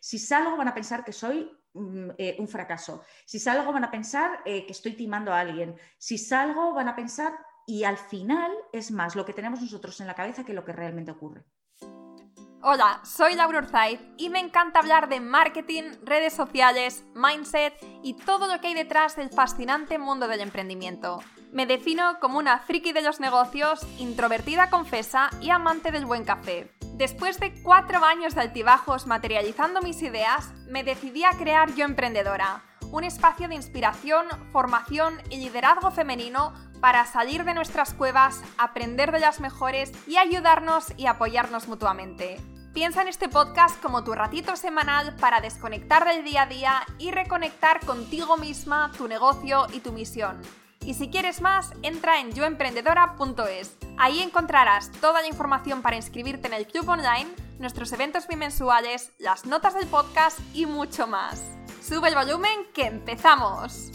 Si salgo van a pensar que soy un fracaso. Si salgo van a pensar que estoy timando a alguien. Si salgo van a pensar, y al final es más lo que tenemos nosotros en la cabeza que lo que realmente ocurre. Hola, soy Laura Orzaiz y me encanta hablar de marketing, redes sociales, mindset y todo lo que hay detrás del fascinante mundo del emprendimiento. Me defino como una friki de los negocios, introvertida confesa y amante del buen café. Después de 4 años de altibajos materializando mis ideas, me decidí a crear Yo Emprendedora, un espacio de inspiración, formación y liderazgo femenino para salir de nuestras cuevas, aprender de las mejores y ayudarnos y apoyarnos mutuamente. Piensa en este podcast como tu ratito semanal para desconectar del día a día y reconectar contigo misma, tu negocio y tu misión. Y si quieres más, entra en yoemprendedora.es. Ahí encontrarás toda la información para inscribirte en el club online, nuestros eventos bimensuales, las notas del podcast y mucho más. ¡Sube el volumen que empezamos!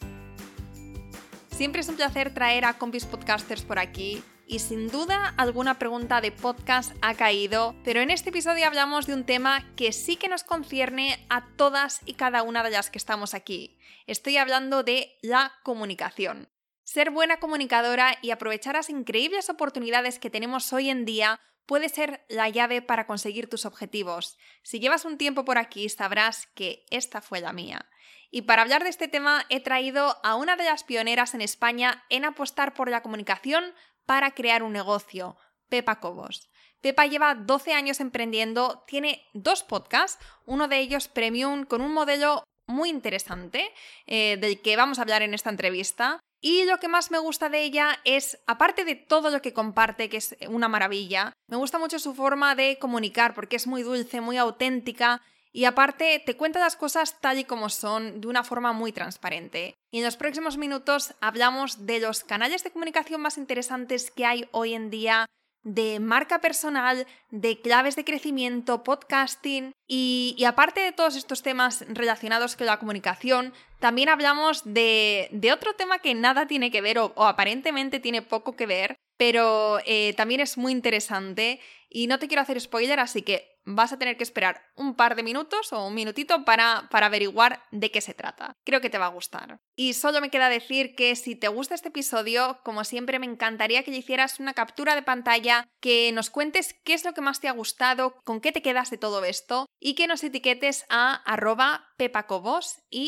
Siempre es un placer traer a compis podcasters por aquí y sin duda alguna pregunta de podcast ha caído, pero en este episodio hablamos de un tema que sí que nos concierne a todas y cada una de las que estamos aquí. Estoy hablando de la comunicación. Ser buena comunicadora y aprovechar las increíbles oportunidades que tenemos hoy en día puede ser la llave para conseguir tus objetivos. Si llevas un tiempo por aquí sabrás que esta fue la mía. Y para hablar de este tema he traído a una de las pioneras en España en apostar por la comunicación para crear un negocio, Pepa Cobos. Pepa lleva 12 años emprendiendo, tiene 2 podcasts, uno de ellos premium con un modelo muy interesante del que vamos a hablar en esta entrevista. Y lo que más me gusta de ella es, aparte de todo lo que comparte, que es una maravilla, me gusta mucho su forma de comunicar porque es muy dulce, muy auténtica. Y aparte, te cuenta las cosas tal y como son, de una forma muy transparente. Y en los próximos minutos hablamos de los canales de comunicación más interesantes que hay hoy en día, de marca personal, de claves de crecimiento, podcasting y aparte de todos estos temas relacionados con la comunicación, también hablamos de otro tema que nada tiene que ver o aparentemente tiene poco que ver, pero también es muy interesante y no te quiero hacer spoiler, así que vas a tener que esperar un par de minutos o un minutito para averiguar de qué se trata. Creo que te va a gustar. Y solo me queda decir que si te gusta este episodio, como siempre me encantaría que le hicieras una captura de pantalla, que nos cuentes qué es lo que más te ha gustado, con qué te quedas de todo esto y que nos etiquetes a @pepacobos y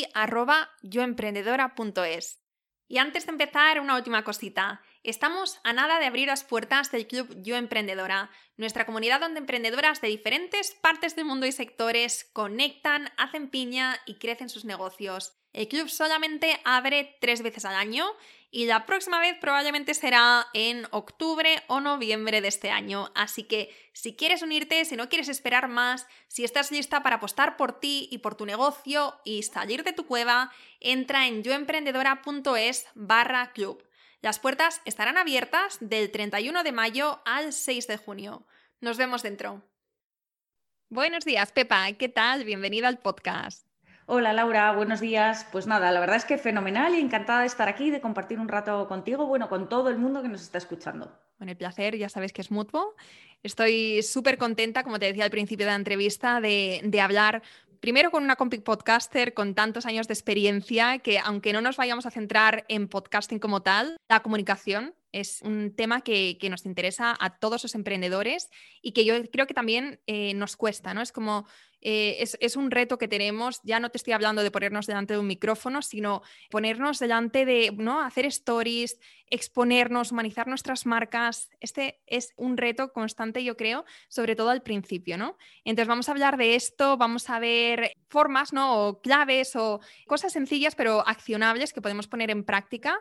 @yoemprendedora.es. Y antes de empezar, una última cosita. Estamos a nada de abrir las puertas del Club Yo Emprendedora, nuestra comunidad donde emprendedoras de diferentes partes del mundo y sectores conectan, hacen piña y crecen sus negocios. El club solamente abre 3 veces al año y la próxima vez probablemente será en octubre o noviembre de este año. Así que si quieres unirte, si no quieres esperar más, si estás lista para apostar por ti y por tu negocio y salir de tu cueva, entra en yoemprendedora.es/club. Las puertas estarán abiertas del 31 de mayo al 6 de junio. Nos vemos dentro. Buenos días, Pepa. ¿Qué tal? Bienvenida al podcast. Hola Laura, buenos días. Pues nada, la verdad es que fenomenal y encantada de estar aquí y de compartir un rato contigo, bueno, con todo el mundo que nos está escuchando. Bueno, el placer ya sabes que es mutuo. Estoy súper contenta, como te decía al principio de la entrevista, de hablar primero con una compi podcaster con tantos años de experiencia que, aunque no nos vayamos a centrar en podcasting como tal, la comunicación es un tema que nos interesa a todos los emprendedores y que yo creo que también nos cuesta, ¿no? Es como, es un reto que tenemos, ya no te estoy hablando de ponernos delante de un micrófono, sino ponernos delante de, ¿no?, hacer stories, exponernos, humanizar nuestras marcas. Este es un reto constante, yo creo, sobre todo al principio, ¿no? Entonces vamos a hablar de esto, vamos a ver formas, ¿no?, o claves o cosas sencillas pero accionables que podemos poner en práctica.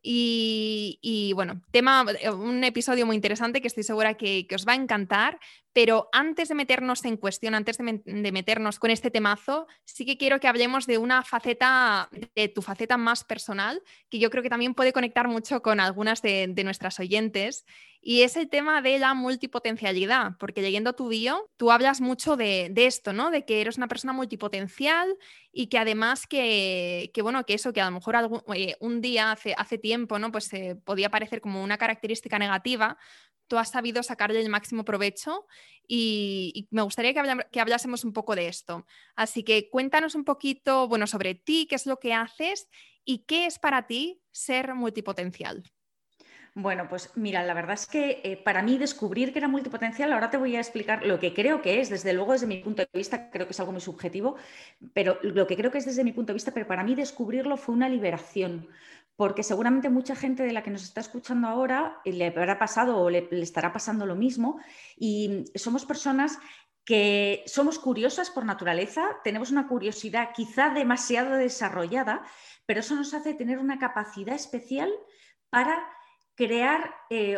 Y bueno, un episodio muy interesante que estoy segura que os va a encantar, pero antes de meternos en cuestión, antes de meternos con este temazo, sí que quiero que hablemos de una faceta, de tu faceta más personal, que yo creo que también puede conectar mucho con algunas de nuestras oyentes, y es el tema de la multipotencialidad, porque leyendo tu bio, tú hablas mucho de esto, ¿no? De que eres una persona multipotencial y que además bueno, que eso, que a lo mejor un día, hace tiempo, ¿no?, pues podía parecer como una característica negativa, tú has sabido sacarle el máximo provecho y me gustaría que hablásemos un poco de esto. Así que cuéntanos un poquito, bueno, sobre ti, qué es lo que haces y qué es para ti ser multipotencial. Bueno, pues mira, la verdad es que para mí descubrir que era multipotencial, ahora te voy a explicar lo que creo que es, desde luego desde mi punto de vista, creo que es algo muy subjetivo, pero lo que creo que es desde mi punto de vista, pero para mí descubrirlo fue una liberación, porque seguramente mucha gente de la que nos está escuchando ahora le habrá pasado o le estará pasando lo mismo, y somos personas que somos curiosas por naturaleza, tenemos una curiosidad quizá demasiado desarrollada, pero eso nos hace tener una capacidad especial para crear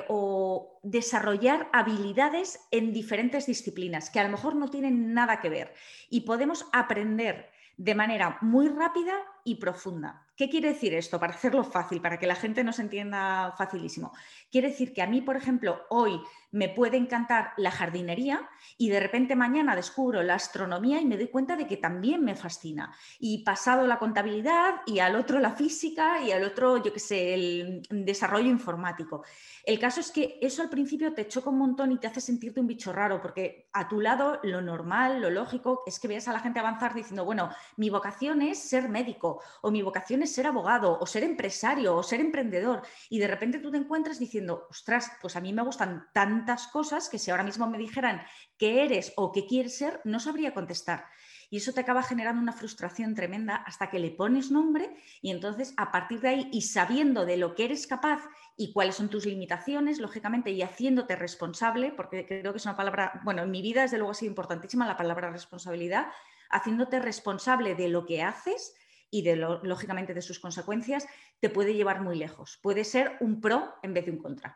o desarrollar habilidades en diferentes disciplinas que a lo mejor no tienen nada que ver y podemos aprender de manera muy rápida y profunda. ¿Qué quiere decir esto? Para hacerlo fácil, para que la gente nos entienda facilísimo. Quiere decir que a mí, por ejemplo, hoy me puede encantar la jardinería y de repente mañana descubro la astronomía y me doy cuenta de que también me fascina. Y pasado la contabilidad y al otro la física y al otro, yo qué sé, el desarrollo informático. El caso es que eso al principio te choca un montón y te hace sentirte un bicho raro, porque a tu lado lo normal, lo lógico es que veas a la gente avanzar diciendo, bueno, mi vocación es ser médico, o mi vocación es ser abogado, o ser empresario, o ser emprendedor. Y de repente tú te encuentras diciendo, ostras, pues a mí me gustan tantas cosas que si ahora mismo me dijeran qué eres o qué quieres ser, no sabría contestar. Y eso te acaba generando una frustración tremenda hasta que le pones nombre y entonces a partir de ahí y sabiendo de lo que eres capaz y cuáles son tus limitaciones, lógicamente, y haciéndote responsable, porque creo que es una palabra, bueno, en mi vida desde luego ha sido importantísima la palabra responsabilidad, haciéndote responsable de lo que haces y lógicamente de sus consecuencias, te puede llevar muy lejos. Puede ser un pro en vez de un contra.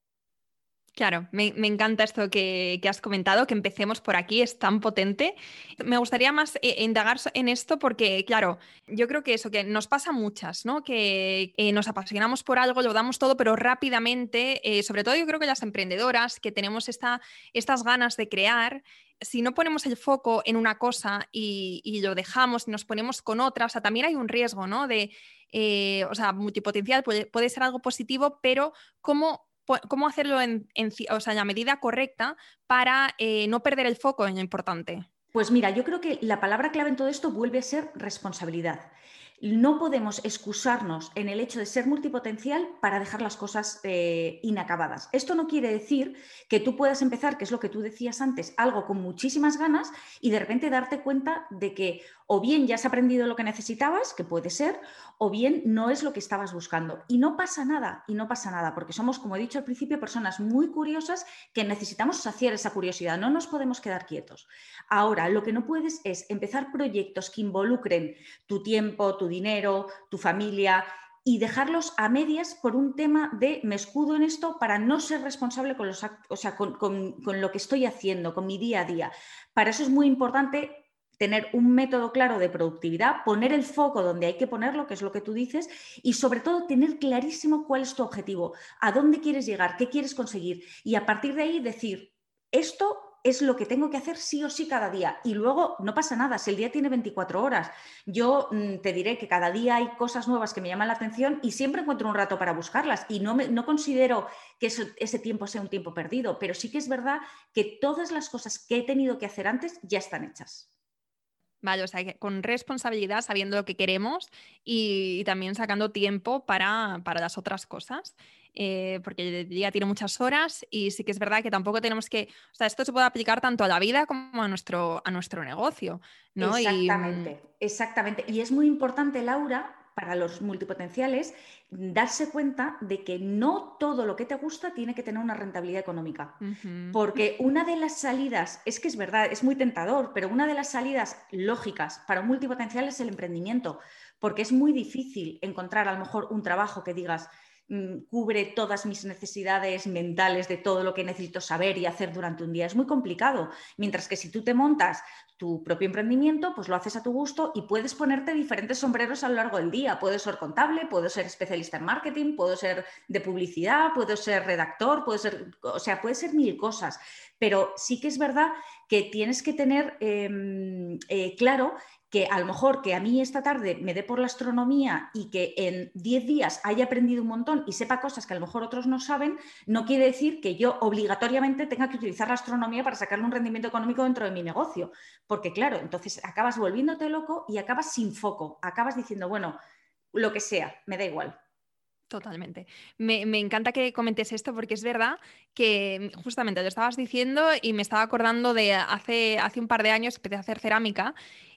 Claro, me encanta esto que has comentado, que empecemos por aquí, es tan potente. Me gustaría más indagar en esto porque, claro, yo creo que eso, que nos pasa a muchas, ¿no? Que nos apasionamos por algo, lo damos todo, pero rápidamente, sobre todo yo creo que las emprendedoras, que tenemos estas ganas de crear, si no ponemos el foco en una cosa y lo dejamos y nos ponemos con otra, o sea, también hay un riesgo, ¿no? O sea, multipotencial puede ser algo positivo, pero ¿cómo hacerlo o sea, en la medida correcta para no perder el foco en lo importante? Pues mira, yo creo que la palabra clave en todo esto vuelve a ser responsabilidad. No podemos excusarnos en el hecho de ser multipotencial para dejar las cosas inacabadas. Esto no quiere decir que tú puedas empezar, que es lo que tú decías antes, algo con muchísimas ganas y de repente darte cuenta de que o bien ya has aprendido lo que necesitabas, que puede ser, o bien no es lo que estabas buscando. Y no pasa nada, porque somos, como he dicho al principio, personas muy curiosas que necesitamos saciar esa curiosidad, no nos podemos quedar quietos. Ahora, lo que no puedes es empezar proyectos que involucren tu tiempo, tu dinero, tu familia y dejarlos a medias por un tema de me escudo en esto para no ser responsable con lo que estoy haciendo, con mi día a día. Para eso es muy importante tener un método claro de productividad, poner el foco donde hay que ponerlo, que es lo que tú dices, y sobre todo tener clarísimo cuál es tu objetivo, a dónde quieres llegar, qué quieres conseguir, y a partir de ahí decir, esto es lo que tengo que hacer sí o sí cada día. Y luego no pasa nada, si el día tiene 24 horas. Yo te diré que cada día hay cosas nuevas que me llaman la atención y siempre encuentro un rato para buscarlas. Y no considero que ese tiempo sea un tiempo perdido, pero sí que es verdad que todas las cosas que he tenido que hacer antes ya están hechas. Vale, o sea, que con responsabilidad, sabiendo lo que queremos y también sacando tiempo para las otras cosas, porque el día tiene muchas horas y sí que es verdad que tampoco tenemos que, o sea, esto se puede aplicar tanto a la vida como a nuestro negocio, ¿no? Exactamente. Y es muy importante, Laura, para los multipotenciales, darse cuenta de que no todo lo que te gusta tiene que tener una rentabilidad económica. Ujú. Porque una de las salidas, es que es verdad, es muy tentador, pero una de las salidas lógicas para un multipotencial es el emprendimiento, porque es muy difícil encontrar a lo mejor un trabajo que digas cubre todas mis necesidades mentales de todo lo que necesito saber y hacer durante un día. Es muy complicado. Mientras que si tú te montas tu propio emprendimiento, pues lo haces a tu gusto y puedes ponerte diferentes sombreros a lo largo del día. Puedo ser contable, puedo ser especialista en marketing, puedo ser de publicidad, puedo ser redactor, puede ser mil cosas. Pero sí que es verdad que tienes que tener claro que a lo mejor que a mí esta tarde me dé por la astronomía y que en 10 días haya aprendido un montón y sepa cosas que a lo mejor otros no saben, no quiere decir que yo obligatoriamente tenga que utilizar la astronomía para sacarle un rendimiento económico dentro de mi negocio. Porque claro, entonces acabas volviéndote loco y acabas sin foco, acabas diciendo, bueno, lo que sea, me da igual. Totalmente. Me encanta que comentes esto porque es verdad que justamente lo estabas diciendo y me estaba acordando de hace un par de años empecé a hacer cerámica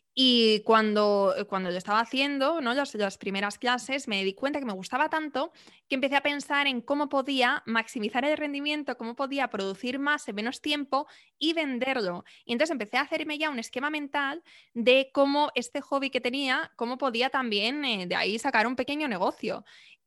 y cuando lo estaba haciendo, ¿no? Las primeras clases, me di cuenta que me gustaba tanto que empecé a pensar en cómo podía maximizar el rendimiento, cómo podía producir más en menos tiempo y venderlo. Y entonces empecé a hacerme ya un esquema mental de cómo este hobby que tenía, cómo podía también de ahí sacar un pequeño negocio.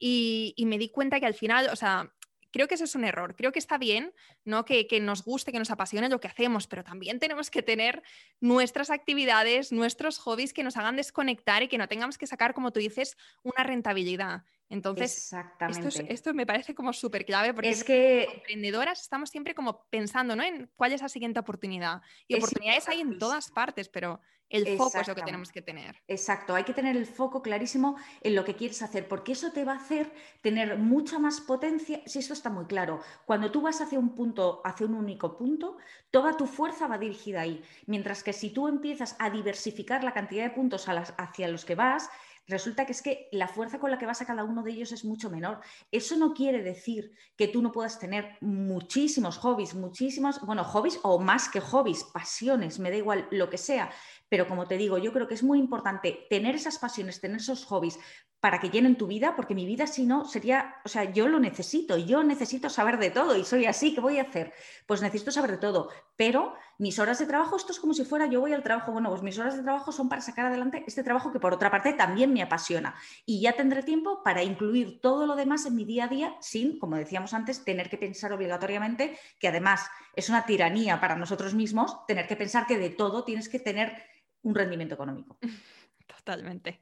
Y me di cuenta que al final, o sea, creo que eso es un error. Creo que está bien, ¿no? Que nos guste, que nos apasione lo que hacemos, pero también tenemos que tener nuestras actividades, nuestros hobbies que nos hagan desconectar y que no tengamos que sacar, como tú dices, una rentabilidad. Entonces, Exactamente. esto me parece como súper clave porque Es que emprendedoras estamos siempre como pensando, ¿no? En cuál es la siguiente oportunidad. Y es oportunidades hay en todas importantísimo. partes, pero el foco es lo que tenemos Exactamente. que tener. Exacto, hay que tener el foco clarísimo en lo que quieres hacer, porque eso te va a hacer tener mucha más potencia. Si esto está muy claro, cuando tú vas hacia un punto, hacia un único punto, toda tu fuerza va dirigida ahí. Mientras que si tú empiezas a diversificar la cantidad de puntos hacia los que vas, resulta que es que la fuerza con la que vas a cada uno de ellos es mucho menor. Eso no quiere decir que tú no puedas tener muchísimos hobbies, bueno, hobbies o más que hobbies, pasiones, me da igual lo que sea. Pero como te digo, yo creo que es muy importante tener esas pasiones, tener esos hobbies para que llenen tu vida, porque mi vida si no sería, o sea, yo necesito saber de todo y soy así, ¿qué voy a hacer? Pues necesito saber de todo, pero mis horas de trabajo, esto es como si fuera yo voy al trabajo, bueno, pues mis horas de trabajo son para sacar adelante este trabajo que por otra parte también me apasiona y ya tendré tiempo para incluir todo lo demás en mi día a día sin, como decíamos antes, tener que pensar obligatoriamente, que además es una tiranía para nosotros mismos, tener que pensar que de todo tienes que tener un rendimiento económico. Totalmente.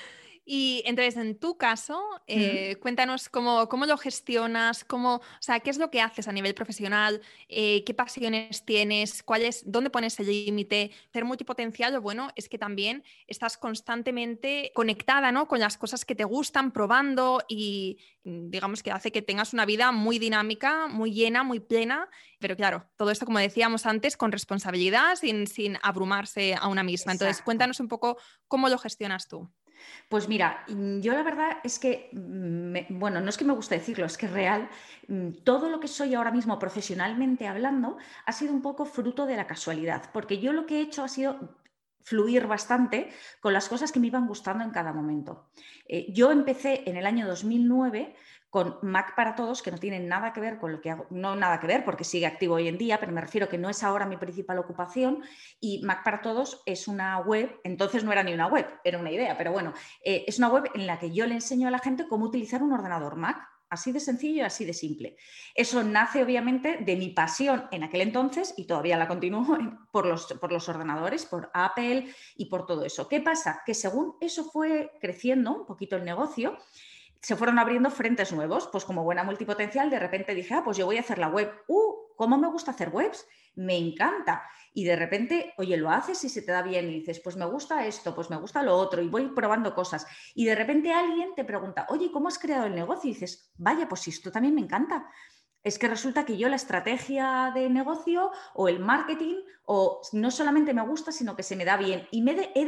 Y entonces, en tu caso, Mm. cuéntanos cómo lo gestionas, o sea, qué es lo que haces a nivel profesional, qué pasiones tienes, dónde pones el límite. Ser multipotencial, lo bueno es que también estás constantemente conectada, ¿no? Con las cosas que te gustan, probando y digamos que hace que tengas una vida muy dinámica, muy llena, muy plena. Pero claro, todo esto, como decíamos antes, con responsabilidad, sin abrumarse a una misma. Entonces, Exacto. cuéntanos un poco cómo lo gestionas tú. Pues mira, yo la verdad es que, bueno, no es que me guste decirlo, es que es real. Todo lo que soy ahora mismo profesionalmente hablando ha sido un poco fruto de la casualidad, porque yo lo que he hecho ha sido fluir bastante con las cosas que me iban gustando en cada momento. Yo empecé en el año 2009 con Mac para Todos, que no tiene nada que ver con lo que hago, no nada que ver porque sigue activo hoy en día, pero me refiero que no es ahora mi principal ocupación y Mac para Todos es una web, entonces no era ni una web, era una idea, pero bueno, es una web en la que yo le enseño a la gente cómo utilizar un ordenador Mac. Así de sencillo y así de simple. Eso nace obviamente de mi pasión en aquel entonces y todavía la continúo por los ordenadores, por Apple y por todo eso. ¿Qué pasa? Que según eso fue creciendo un poquito el negocio, se fueron abriendo frentes nuevos. Pues como buena multipotencial, de repente dije, pues yo voy a hacer la web. ¿Cómo me gusta hacer webs? Me encanta. Y de repente, oye, lo haces y se te da bien y dices, pues me gusta esto, pues me gusta lo otro y voy probando cosas. Y de repente alguien te pregunta, oye, ¿cómo has creado el negocio? Y dices, vaya, pues esto también me encanta. Es que resulta que yo la estrategia de negocio o el marketing o no solamente me gusta, sino que se me da bien. Y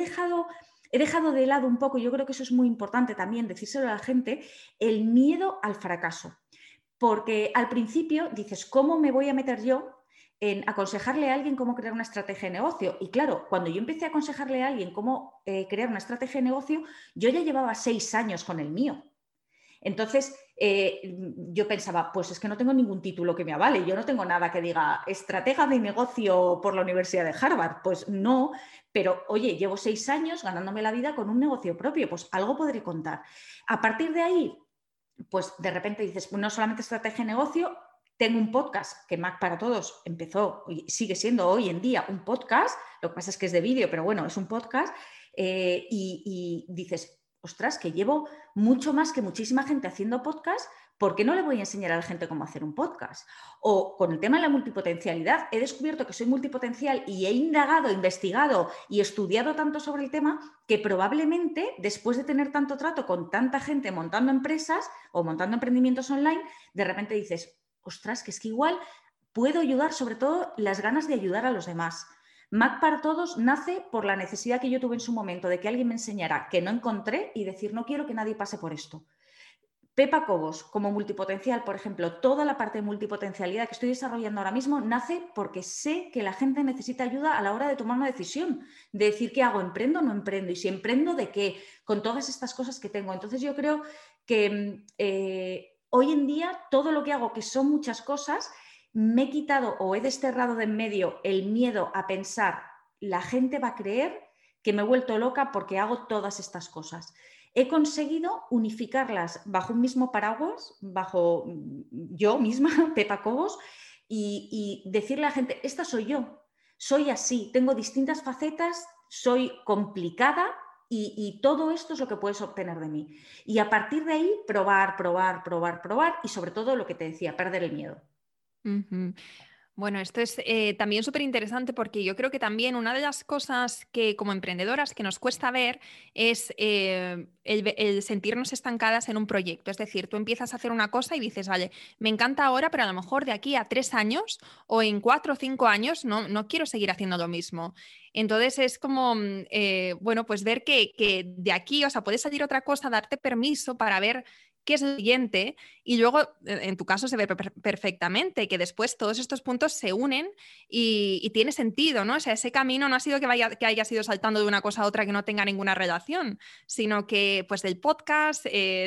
he dejado de lado un poco, yo creo que eso es muy importante también, decírselo a la gente, el miedo al fracaso. Porque al principio dices, ¿cómo me voy a meter yo en aconsejarle a alguien cómo crear una estrategia de negocio? Y claro, cuando yo empecé a aconsejarle a alguien cómo crear una estrategia de negocio, yo ya llevaba 6 años con el mío. Entonces, yo pensaba, pues es que no tengo ningún título que me avale, yo no tengo nada que diga estratega de negocio por la Universidad de Harvard, pues no, pero oye, llevo 6 años ganándome la vida con un negocio propio, pues algo podré contar. A partir de ahí, pues de repente dices, no solamente estrategia de negocio, tengo un podcast que Mac para Todos empezó y sigue siendo hoy en día un podcast, lo que pasa es que es de vídeo, pero bueno, es un podcast, y dices, ostras, que llevo mucho más que muchísima gente haciendo podcast ¿por qué no le voy a enseñar a la gente cómo hacer un podcast? O con el tema de la multipotencialidad, he descubierto que soy multipotencial y he indagado, investigado y estudiado tanto sobre el tema que probablemente después de tener tanto trato con tanta gente montando empresas o montando emprendimientos online, de repente dices, ostras, que es que igual puedo ayudar, sobre todo las ganas de ayudar a los demás. Mac para Todos nace por la necesidad que yo tuve en su momento de que alguien me enseñara que no encontré y decir, no quiero que nadie pase por esto. Pepa Cobos, como multipotencial, por ejemplo, toda la parte de multipotencialidad que estoy desarrollando ahora mismo nace porque sé que la gente necesita ayuda a la hora de tomar una decisión, de decir qué hago, emprendo o no emprendo, y si emprendo, ¿de qué? Con todas estas cosas que tengo. Entonces yo creo que hoy en día todo lo que hago, que son muchas cosas, me he quitado o he desterrado de en medio el miedo a pensar, la gente va a creer que me he vuelto loca porque hago todas estas cosas. He conseguido unificarlas bajo un mismo paraguas, bajo yo misma, Pepa Cobos, y decirle a la gente, esta soy yo, soy así, tengo distintas facetas, soy complicada y todo esto es lo que puedes obtener de mí. Y a partir de ahí, probar y sobre todo lo que te decía, perder el miedo. Ujú. Bueno, esto es también súper interesante porque yo creo que también una de las cosas que como emprendedoras que nos cuesta ver es el sentirnos estancadas en un proyecto. Es decir, tú empiezas a hacer una cosa y dices, vale, me encanta ahora, pero a lo mejor de aquí a 3 años o en 4 o 5 años no quiero seguir haciendo lo mismo. Entonces es como, bueno, pues ver que de aquí, o sea, puede salir otra cosa, darte permiso para ver qué es lo siguiente y luego, en tu caso, se ve perfectamente que después todos estos puntos se unen y tiene sentido, ¿no? O sea, ese camino no ha sido que hayas ido saltando de una cosa a otra que no tenga ninguna relación, sino que pues del podcast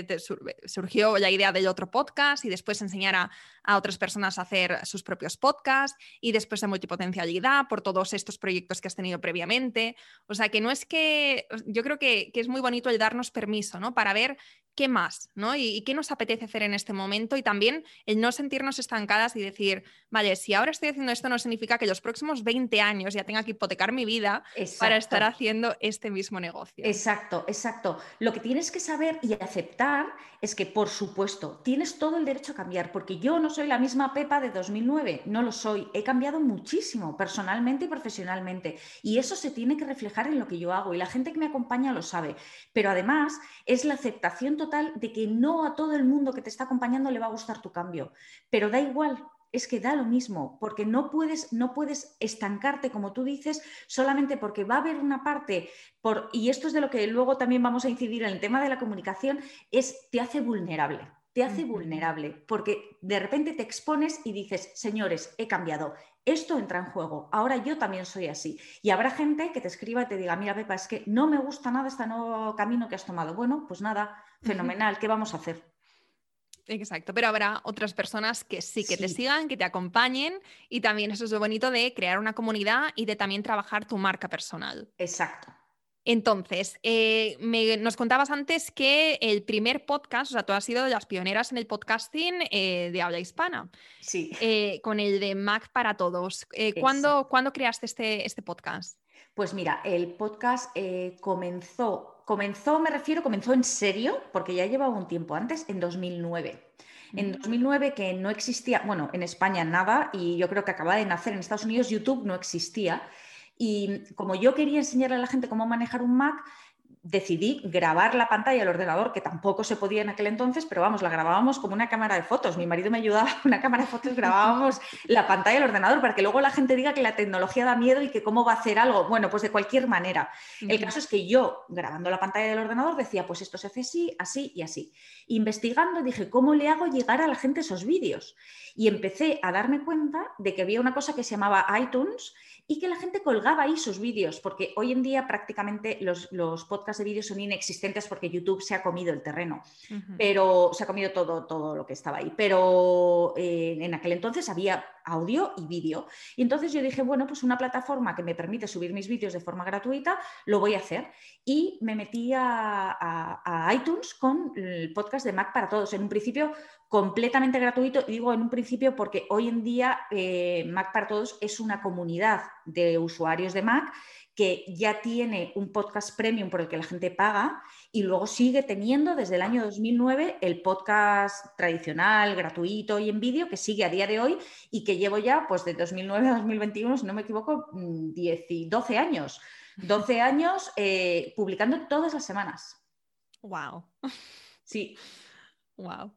surgió la idea del otro podcast y después enseñar a otras personas a hacer sus propios podcasts y después de multipotencialidad por todos estos proyectos que has tenido previamente. O sea, que no es que... Yo creo que es muy bonito el darnos permiso, ¿no? Para ver qué más, ¿no? Y qué nos apetece hacer en este momento y también el no sentirnos estancadas y decir, vale, si ahora estoy haciendo esto no significa que los próximos 20 años ya tenga que hipotecar mi vida para estar Exacto. haciendo este mismo negocio. Exacto, exacto. Lo que tienes que saber y aceptar es que, por supuesto, tienes todo el derecho a cambiar, porque yo no soy la misma Pepa de 2009, no lo soy. He cambiado muchísimo, personalmente y profesionalmente, y eso se tiene que reflejar en lo que yo hago, y la gente que me acompaña lo sabe. Pero además es la aceptación total de que no a todo el mundo que te está acompañando le va a gustar tu cambio, pero da igual. Es que da lo mismo, porque no puedes estancarte, como tú dices, solamente porque va a haber una parte, y esto es de lo que luego también vamos a incidir en el tema de la comunicación, te hace vulnerable. Te hace vulnerable, porque de repente te expones y dices, señores, he cambiado, esto entra en juego, ahora yo también soy así. Y habrá gente que te escriba y te diga, mira, Pepa, es que no me gusta nada este nuevo camino que has tomado. Bueno, pues nada, fenomenal, ¿qué vamos a hacer? Exacto, pero habrá otras personas que sí que te Sí, sigan, que te acompañen y también eso es lo bonito de crear una comunidad y de también trabajar tu marca personal. exacto. Entonces, nos contabas antes que el primer podcast, o sea, tú has sido de las pioneras en el podcasting de habla hispana, Sí, con el de Mac para Todos. exacto. ¿Cuándo creaste este podcast? Pues mira, el podcast comenzó en serio, porque ya llevaba un tiempo antes, en 2009. En 2009 que no existía, bueno, en España nada, y yo creo que acaba de nacer en Estados Unidos, YouTube no existía. Y como yo quería enseñarle a la gente cómo manejar un Mac, decidí grabar la pantalla del ordenador, que tampoco se podía en aquel entonces, pero vamos, la grabábamos como una cámara de fotos. Mi marido me ayudaba con una cámara de fotos, grabábamos la pantalla del ordenador para que luego la gente diga que la tecnología da miedo y que cómo va a hacer algo. Bueno, pues de cualquier manera. El caso es que yo, grabando la pantalla del ordenador, decía, pues esto se hace así, así y así. Investigando, dije, ¿cómo le hago llegar a la gente esos vídeos? Y empecé a darme cuenta de que había una cosa que se llamaba iTunes y que la gente colgaba ahí sus vídeos, porque hoy en día prácticamente los podcasts de vídeos son inexistentes porque YouTube se ha comido el terreno, pero se ha comido todo lo que estaba ahí. Pero en aquel entonces había audio y vídeo. Y entonces yo dije, bueno, pues una plataforma que me permite subir mis vídeos de forma gratuita, lo voy a hacer. Y me metí a iTunes con el podcast de Mac para Todos. En un principio completamente gratuito, y digo en un principio porque hoy en día Mac para Todos es una comunidad de usuarios de Mac que ya tiene un podcast premium por el que la gente paga y luego sigue teniendo desde el año 2009 el podcast tradicional, gratuito y en vídeo que sigue a día de hoy y que llevo ya pues de 2009 a 2021, si no me equivoco, 12 años. 12 años publicando todas las semanas. Wow. Sí. Wow.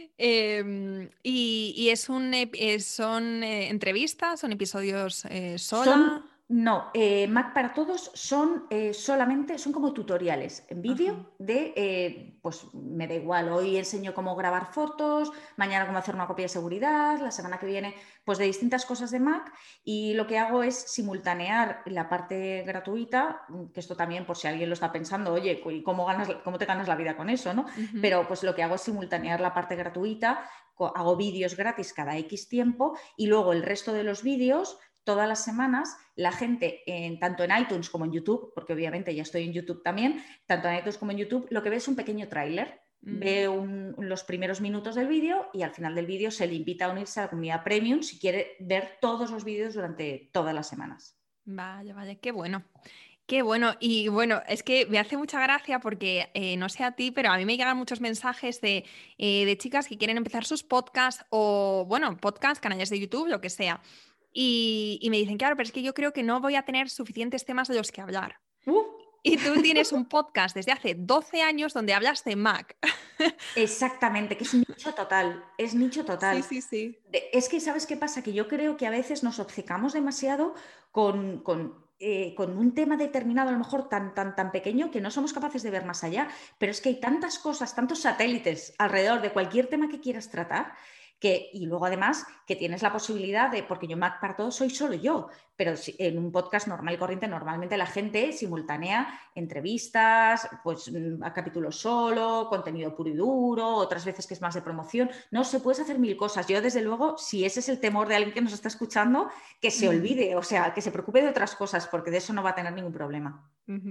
¿Y son entrevistas, son episodios sola? No, Mac para Todos son solamente, son como tutoriales en vídeo de, pues me da igual, hoy enseño cómo grabar fotos, mañana cómo hacer una copia de seguridad, la semana que viene, pues de distintas cosas de Mac y lo que hago es simultanear la parte gratuita, que esto también por si alguien lo está pensando, oye, ¿cómo te ganas la vida con eso, no? Pero pues lo que hago es simultanear la parte gratuita, hago vídeos gratis cada X tiempo y luego el resto de los vídeos todas las semanas la gente, tanto en iTunes como en YouTube, porque obviamente ya estoy en YouTube también, tanto en iTunes como en YouTube, lo que ve es un pequeño tráiler. Ve los primeros minutos del vídeo y al final del vídeo se le invita a unirse a la comunidad Premium si quiere ver todos los vídeos durante todas las semanas. Vaya, qué bueno. Qué bueno, y bueno, es que me hace mucha gracia porque no sé a ti, pero a mí me llegan muchos mensajes de chicas que quieren empezar sus podcasts o, bueno, podcasts, canales de YouTube, lo que sea. Y me dicen, claro, pero es que yo creo que no voy a tener suficientes temas de los que hablar. Y tú tienes un podcast desde hace 12 años donde hablas de Mac. Exactamente, que es nicho total, es nicho total. Sí. Es que, ¿sabes qué pasa? Que yo creo que a veces nos obcecamos demasiado con un tema determinado, a lo mejor tan pequeño, que no somos capaces de ver más allá. Pero es que hay tantas cosas, tantos satélites alrededor de cualquier tema que quieras tratar, y luego además que tienes la posibilidad de, porque yo Mac para Todos soy solo yo, pero en un podcast normal y corriente normalmente la gente simultánea entrevistas, pues a capítulos solo, contenido puro y duro, otras veces que es más de promoción. No sé, puedes hacer mil cosas. Yo desde luego, si ese es el temor de alguien que nos está escuchando, que se olvide, o sea, que se preocupe de otras cosas, porque de eso no va a tener ningún problema.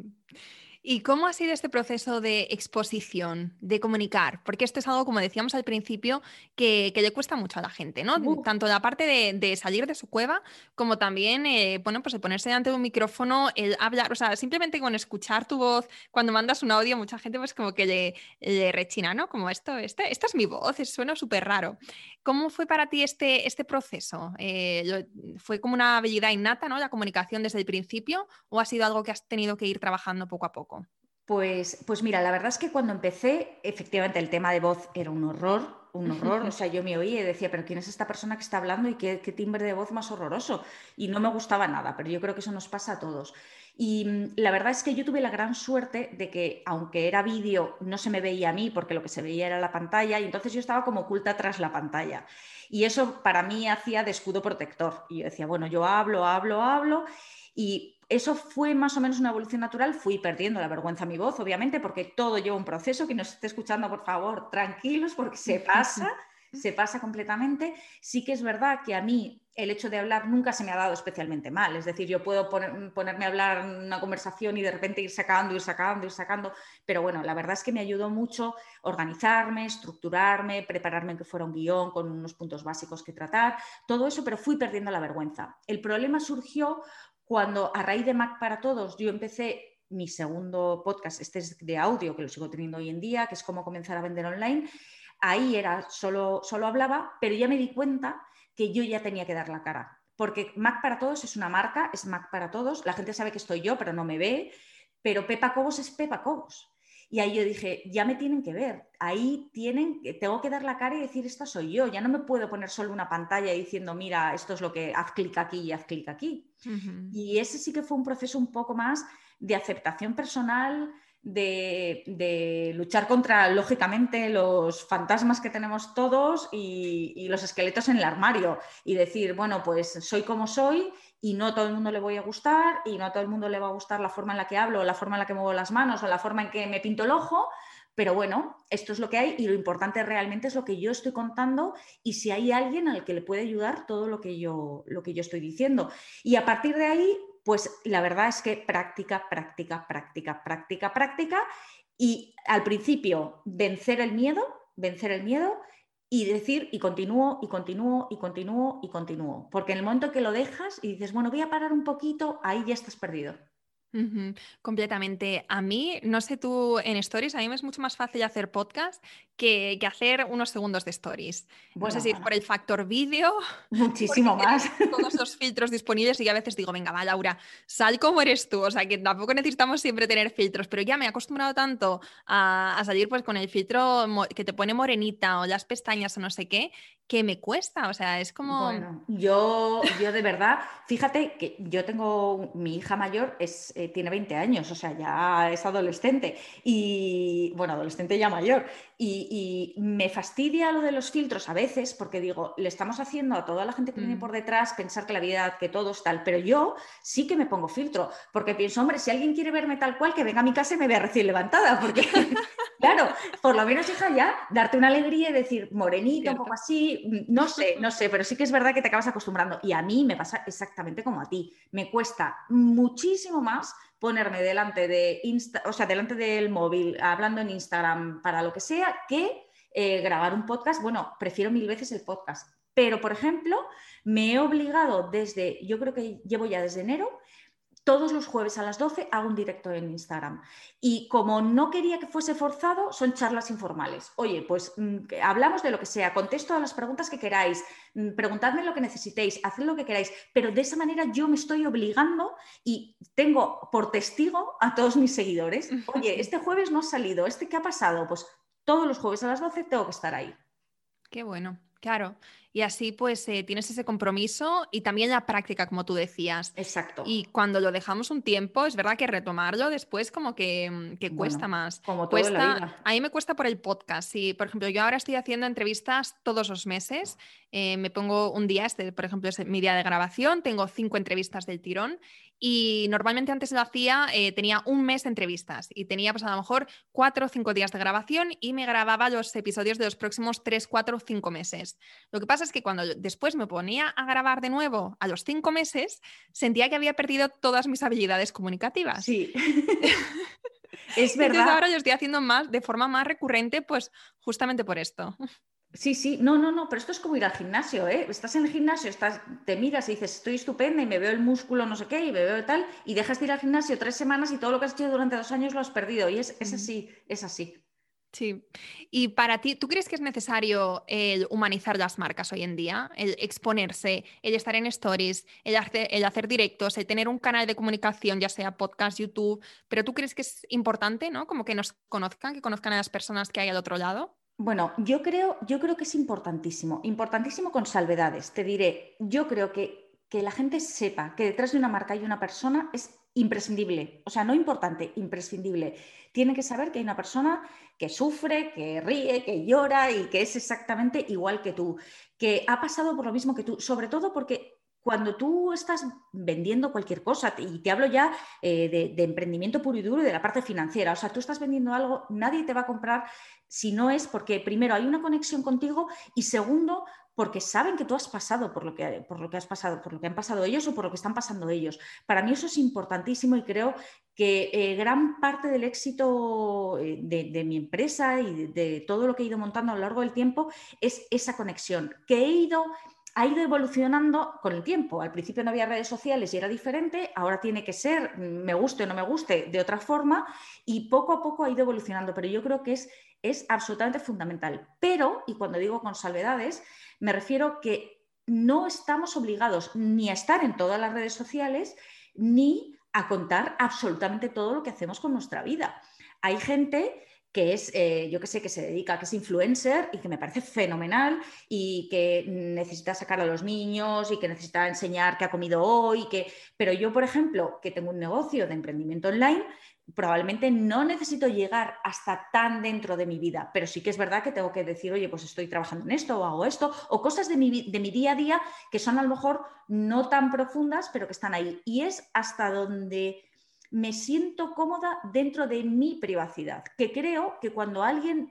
¿Y cómo ha sido este proceso de exposición, de comunicar? Porque esto es algo, como decíamos al principio, que le cuesta mucho a la gente, ¿no? Tanto la parte de salir de su cueva, como también, bueno, pues el ponerse delante de un micrófono, el hablar, o sea, simplemente con escuchar tu voz, cuando mandas un audio, mucha gente pues como que le rechina, ¿no? Como esta es mi voz, suena súper raro. ¿Cómo fue para ti este proceso? ¿Fue como una habilidad innata, ¿no? La comunicación desde el principio, ¿o ha sido algo que has tenido que ir trabajando poco a poco? Pues mira, la verdad es que cuando empecé, efectivamente el tema de voz era un horror, o sea, yo me oía y decía, pero ¿quién es esta persona que está hablando y qué timbre de voz más horroroso? Y no me gustaba nada, pero yo creo que eso nos pasa a todos. Y la verdad es que yo tuve la gran suerte de que, aunque era vídeo, no se me veía a mí porque lo que se veía era la pantalla y entonces yo estaba como oculta tras la pantalla. Y eso para mí hacía de escudo protector. Y yo decía, bueno, yo hablo y eso fue más o menos una evolución natural. Fui perdiendo la vergüenza a mi voz, obviamente, porque todo lleva un proceso. Quien nos esté escuchando, por favor, tranquilos, porque se pasa completamente. Sí que es verdad que a mí el hecho de hablar nunca se me ha dado especialmente mal. Es decir, yo puedo ponerme a hablar en una conversación y de repente ir sacando. Pero bueno, la verdad es que me ayudó mucho organizarme, estructurarme, prepararme que fuera un guión con unos puntos básicos que tratar, todo eso, pero fui perdiendo la vergüenza. El problema surgió cuando a raíz de Mac para Todos yo empecé mi segundo podcast, este es de audio, que lo sigo teniendo hoy en día, que es cómo comenzar a vender online. Ahí era solo hablaba, pero ya me di cuenta que yo ya tenía que dar la cara. Porque Mac para Todos es una marca, es Mac para Todos, la gente sabe que estoy yo, pero no me ve, pero Pepa Cobos es Pepa Cobos. Y ahí yo dije, ya me tienen que ver, ahí tengo que dar la cara y decir, esta soy yo, ya no me puedo poner solo una pantalla diciendo, mira, esto es lo que, haz clic aquí y haz clic aquí. Y ese sí que fue un proceso un poco más de aceptación personal, de luchar contra, lógicamente, los fantasmas que tenemos todos y los esqueletos en el armario y decir, bueno, pues soy como soy y no a todo el mundo le voy a gustar y no a todo el mundo le va a gustar la forma en la que hablo, o la forma en la que muevo las manos o la forma en que me pinto el ojo, pero bueno, esto es lo que hay y lo importante realmente es lo que yo estoy contando y si hay alguien al que le puede ayudar todo lo que yo estoy diciendo. Y a partir de ahí, pues la verdad es que práctica y al principio vencer el miedo y decir y continúo. Porque en el momento que lo dejas y dices, bueno, voy a parar un poquito, ahí ya estás perdido. Ujú, completamente. A mí, no sé tú en stories, a mí me es mucho más fácil hacer podcast que hacer unos segundos de stories. No sé Bueno, si es bueno, por el factor vídeo, porque muchísimo más. tenemos todos los filtros disponibles y yo a veces digo, venga, va, Laura, sal como eres tú. O sea, que tampoco necesitamos siempre tener filtros, pero ya me he acostumbrado tanto a salir pues con el filtro que te pone morenita o las pestañas o no sé qué, que me cuesta. O sea, es como... Bueno, yo de verdad, fíjate que yo tengo, mi hija mayor tiene 20 años, o sea, ya es adolescente y, bueno, adolescente ya mayor, y me fastidia lo de los filtros a veces porque digo, le estamos haciendo a toda la gente que viene por detrás pensar que la vida, que todos tal, pero yo sí que me pongo filtro, porque pienso, hombre, si alguien quiere verme tal cual, que venga a mi casa y me vea recién levantada, porque... Claro, por lo menos, hija, ya darte una alegría y decir morenito, un poco Cierto. así, no sé, pero sí que es verdad que te acabas acostumbrando. Y a mí me pasa exactamente como a ti. Me cuesta muchísimo más ponerme delante de o sea, delante del móvil, hablando en Instagram para lo que sea, que grabar un podcast. Bueno, prefiero mil veces el podcast. Pero, por ejemplo, me he obligado yo creo que llevo ya desde enero, todos los jueves a las 12 hago un directo en Instagram. Y como no quería que fuese forzado, son charlas informales. Oye, pues hablamos de lo que sea, contesto a las preguntas que queráis, preguntadme lo que necesitéis, haced lo que queráis, pero de esa manera yo me estoy obligando y tengo por testigo a todos mis seguidores. Oye, este jueves no ha salido, ¿qué ha pasado? Pues todos los jueves a las 12 tengo que estar ahí. Qué bueno, claro. Y así pues tienes ese compromiso y también la práctica, como tú decías. Exacto. Y cuando lo dejamos un tiempo, es verdad que retomarlo después como que cuesta Bueno, más. como todo en la Cuesta, vida. a mí me cuesta por el podcast. Sí, por ejemplo, yo ahora estoy haciendo entrevistas todos los meses. Me pongo un día, por ejemplo, es mi día de grabación, tengo 5 entrevistas del tirón y normalmente antes lo hacía, tenía un mes de entrevistas y tenía pues a lo mejor 4 o 5 días de grabación y me grababa los episodios de los próximos 3, 4 o 5 meses. Lo que pasa es que cuando después me ponía a grabar de nuevo a los 5 meses, sentía que había perdido todas mis habilidades comunicativas. Sí, es Y entonces verdad. ahora yo estoy haciendo más de forma más recurrente, pues justamente por esto. Sí, sí, no, pero esto es como ir al gimnasio, ¿eh? Estás en el gimnasio, te miras y dices, estoy estupenda y me veo el músculo, no sé qué, y me veo tal, y dejas de ir al gimnasio 3 semanas y todo lo que has hecho durante 2 años lo has perdido. Y es Mm. así, es así. Sí. Y para ti, ¿tú crees que es necesario el humanizar las marcas hoy en día? El exponerse, el estar en stories, el hacer directos, el tener un canal de comunicación, ya sea podcast, YouTube, pero ¿tú crees que es importante, ¿no? Como que nos conozcan, que conozcan a las personas que hay al otro lado. Bueno, yo creo que es importantísimo, importantísimo con salvedades. Te diré, yo creo que la gente sepa que detrás de una marca hay una persona es imprescindible. O sea, no importante, imprescindible. Tienen que saber que hay una persona que sufre, que ríe, que llora y que es exactamente igual que tú, que ha pasado por lo mismo que tú, sobre todo porque... Cuando tú estás vendiendo cualquier cosa, y te hablo ya de emprendimiento puro y duro y de la parte financiera, o sea, tú estás vendiendo algo, nadie te va a comprar si no es porque, primero, hay una conexión contigo y segundo, porque saben que tú has pasado por lo que has pasado, por lo que han pasado ellos o por lo que están pasando ellos. Para mí eso es importantísimo y creo que gran parte del éxito de mi empresa y de todo lo que he ido montando a lo largo del tiempo es esa conexión, que ha ido evolucionando con el tiempo. Al principio no había redes sociales y era diferente, ahora tiene que ser, me guste o no me guste, de otra forma, y poco a poco ha ido evolucionando, pero yo creo que es absolutamente fundamental. Pero, y cuando digo con salvedades, me refiero que no estamos obligados ni a estar en todas las redes sociales, ni a contar absolutamente todo lo que hacemos con nuestra vida. Hay gente que es, yo que sé, que se dedica, que es influencer y que me parece fenomenal y que necesita sacar a los niños y que necesita enseñar qué ha comido hoy, pero yo, por ejemplo, que tengo un negocio de emprendimiento online, probablemente no necesito llegar hasta tan dentro de mi vida, pero sí que es verdad que tengo que decir, oye, pues estoy trabajando en esto o hago esto, o cosas de mi día a día que son a lo mejor no tan profundas, pero que están ahí. Y es hasta donde me siento cómoda dentro de mi privacidad, que creo que cuando alguien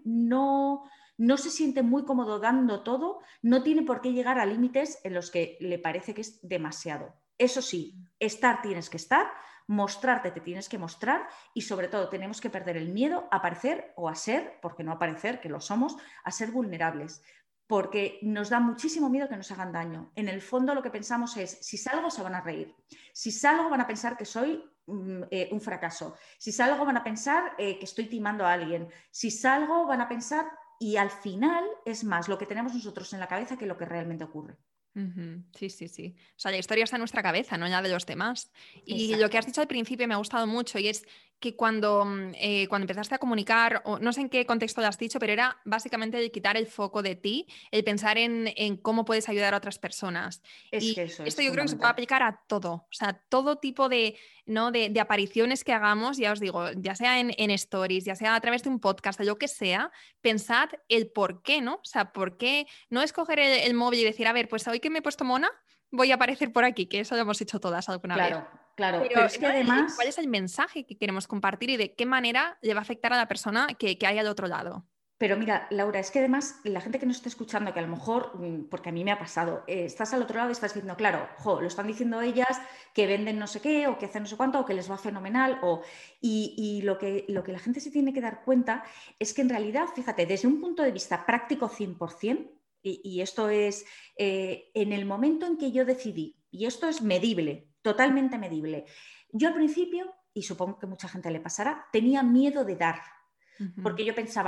no se siente muy cómodo dando todo, no tiene por qué llegar a límites en los que le parece que es demasiado. Eso sí, estar tienes que estar, mostrarte te tienes que mostrar y sobre todo tenemos que perder el miedo a parecer o a ser, porque no a parecer, que lo somos, a ser vulnerables. porque nos da muchísimo miedo que nos hagan daño. En el fondo lo que pensamos es, si salgo se van a reír, si salgo van a pensar que soy un fracaso, si salgo van a pensar que estoy timando a alguien, si salgo van a pensar, y al final es más lo que tenemos nosotros en la cabeza que lo que realmente ocurre. Sí, sí, sí. O sea, la historia está en nuestra cabeza, no en la de los demás. Y lo que has Exacto. dicho al principio me ha gustado mucho y es que cuando empezaste a comunicar, o no sé en qué contexto lo has dicho, pero era básicamente el quitar el foco de ti, el pensar en cómo puedes ayudar a otras personas. Es Y que eso esto es yo creo que se puede fundamental. aplicar a todo, o sea, todo tipo de, ¿no? de apariciones que hagamos, ya os digo, ya sea en stories, ya sea a través de un podcast, de lo que sea, pensad el por qué, ¿no? O sea, por qué no es coger el móvil y decir, a ver, pues hoy que me he puesto mona, voy a aparecer por aquí, que eso lo hemos hecho todas alguna vez. Claro, claro, Pero, pero es que ¿no? ¿Cuál además... es el mensaje que queremos compartir y de qué manera le va a afectar a la persona que hay al otro lado? Pero mira, Laura, es que además la gente que nos está escuchando, que a lo mejor, porque a mí me ha pasado, estás al otro lado y estás diciendo, claro, lo están diciendo ellas que venden no sé qué, o que hacen no sé cuánto, o que les va fenomenal, y lo que la gente se tiene que dar cuenta es que en realidad, fíjate, desde un punto de vista práctico 100%, y esto es en el momento en que yo decidí, y esto es medible, totalmente medible, yo al principio, y supongo que mucha gente le pasará, tenía miedo de dar. Ujú. Porque yo pensaba,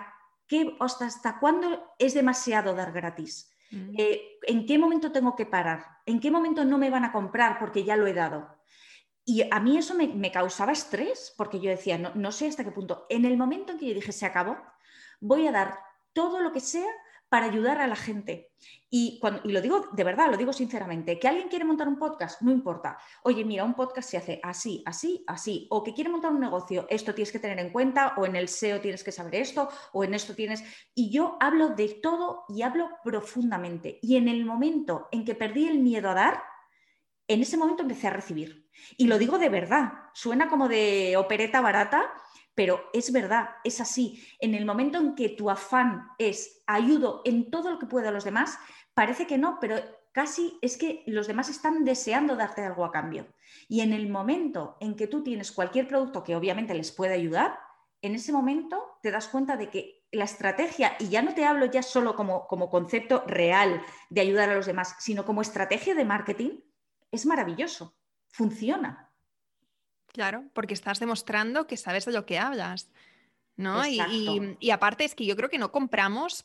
¿hasta cuándo es demasiado dar gratis? Mm. ¿En qué momento tengo que parar? ¿En qué momento no me van a comprar porque ya lo he dado? Y a mí eso me causaba estrés, porque yo decía, no sé hasta qué punto. En el momento en que yo dije, se acabó, voy a dar todo lo que sea para ayudar a la gente. Y lo digo de verdad, lo digo sinceramente, que alguien quiere montar un podcast, no importa. Oye, mira, un podcast se hace así, así, así. O que quiere montar un negocio, esto tienes que tener en cuenta, o en el SEO tienes que saber esto, o en esto tienes... Y yo hablo de todo y hablo profundamente. Y en el momento en que perdí el miedo a dar, en ese momento empecé a recibir. Y lo digo de verdad, suena como de opereta barata, pero es verdad, es así. En el momento en que tu afán es ayudo en todo lo que puedo a los demás, parece que no, pero casi es que los demás están deseando darte algo a cambio. Y en el momento en que tú tienes cualquier producto que obviamente les puede ayudar, en ese momento te das cuenta de que la estrategia, y ya no te hablo ya solo como concepto real de ayudar a los demás, sino como estrategia de marketing, es maravilloso, funciona. Claro, porque estás demostrando que sabes de lo que hablas. ¿No? Exacto, Y aparte es que yo creo que no compramos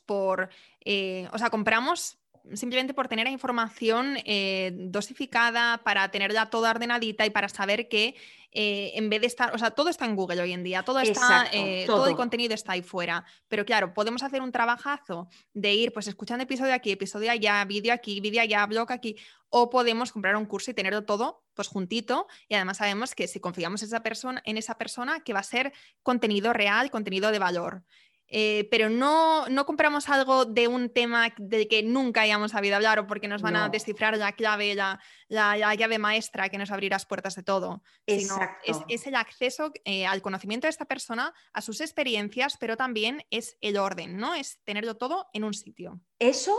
o sea, compramos simplemente por tener la información dosificada, para tenerla toda ordenadita y para saber que en vez de estar, o sea, todo está en Google hoy en día, todo está, exacto, todo el todo. contenido está ahí fuera, pero claro, podemos hacer un trabajazo de ir pues escuchando episodio aquí, episodio allá, vídeo allá, blog aquí, o podemos comprar un curso y tenerlo todo pues juntito y además sabemos que si confiamos en esa persona que va a ser contenido real, contenido de valor. Pero no compramos algo de un tema del que nunca hayamos sabido hablar o porque nos van a No, descifrar la clave, la llave maestra que nos abrirá las puertas de todo, sino exacto. es el acceso al conocimiento de esta persona, a sus experiencias, pero también es el orden, ¿no? Es tenerlo todo en un sitio. Eso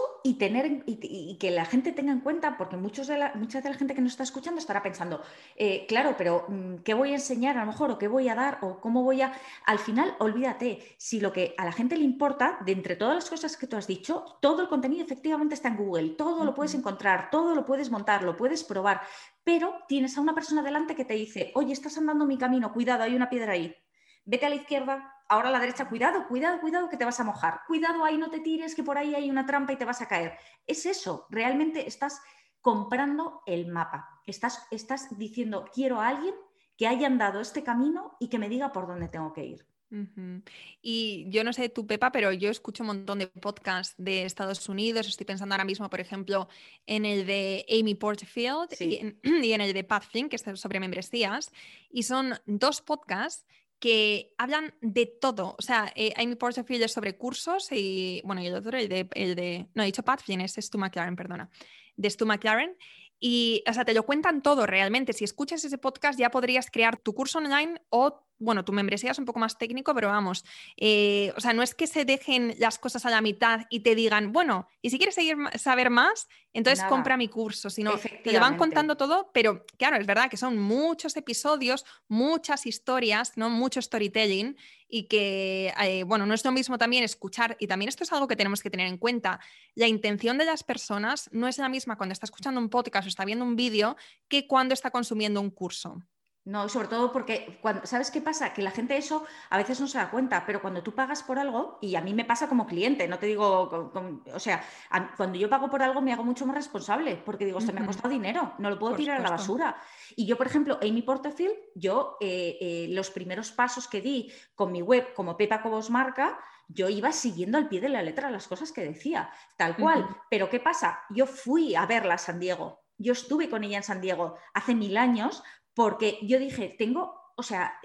y que la gente tenga en cuenta, porque mucha de la gente que nos está escuchando estará pensando, claro, pero ¿qué voy a enseñar a lo mejor? ¿O qué voy a dar? ¿O cómo voy a...? Al final, olvídate, si lo que a la gente le importa, de entre todas las cosas que tú has dicho, todo el contenido efectivamente está en Google, todo lo puedes Ujú. encontrar, todo lo puedes montar, lo puedes probar, pero tienes a una persona delante que te dice, oye, estás andando mi camino, cuidado, hay una piedra ahí. Vete a la izquierda, ahora a la derecha, cuidado, cuidado, cuidado, que te vas a mojar, cuidado, ahí no te tires, que por ahí hay una trampa y te vas a caer. Es eso, realmente estás comprando el mapa, estás diciendo, quiero a alguien que haya andado este camino y que me diga por dónde tengo que ir. Ujú. Y yo no sé tú, Pepa, pero yo escucho un montón de podcasts de Estados Unidos. Estoy pensando ahora mismo, por ejemplo, en el de Amy Porterfield y Sí, y en el de Pat Flynn, que es sobre membresías. Y son dos podcasts que hablan de todo. O sea, Amy Porterfield es sobre cursos y, bueno, y el otro, no, he dicho Pat Flynn, es Stu McLaren, perdona, de Stu McLaren. Y, o sea, te lo cuentan todo realmente. Si escuchas ese podcast ya podrías crear tu curso online o bueno, tu membresía es un poco más técnico, pero vamos, o sea, no es que se dejen las cosas a la mitad y te digan, bueno, y si quieres saber más, entonces compra Nada, mi curso, sino te lo van contando efectivamente. todo, pero claro, es verdad que son muchos episodios, muchas historias, ¿no? Mucho storytelling y que, bueno, no es lo mismo también escuchar, y también esto es algo que tenemos que tener en cuenta, la intención de las personas no es la misma cuando está escuchando un podcast o está viendo un vídeo que cuando está consumiendo un curso. No, y sobre todo porque, ¿sabes qué pasa? Que la gente eso a veces no se da cuenta, pero cuando tú pagas por algo, y a mí me pasa como cliente, no te digo, o sea, cuando yo pago por algo me hago mucho más responsable, porque digo, esto me ha Ujú, costado dinero, no lo puedo por tirar a la supuesto. basura. Y yo, por ejemplo, Amy Porterfield, yo los primeros pasos que di con mi web como Pepa Cobos Marca, yo iba siguiendo al pie de la letra las cosas que decía, tal cual. Ujú, Pero ¿qué pasa? Yo fui a verla a San Diego, yo estuve con ella en San Diego hace 1000 años porque yo dije, o sea,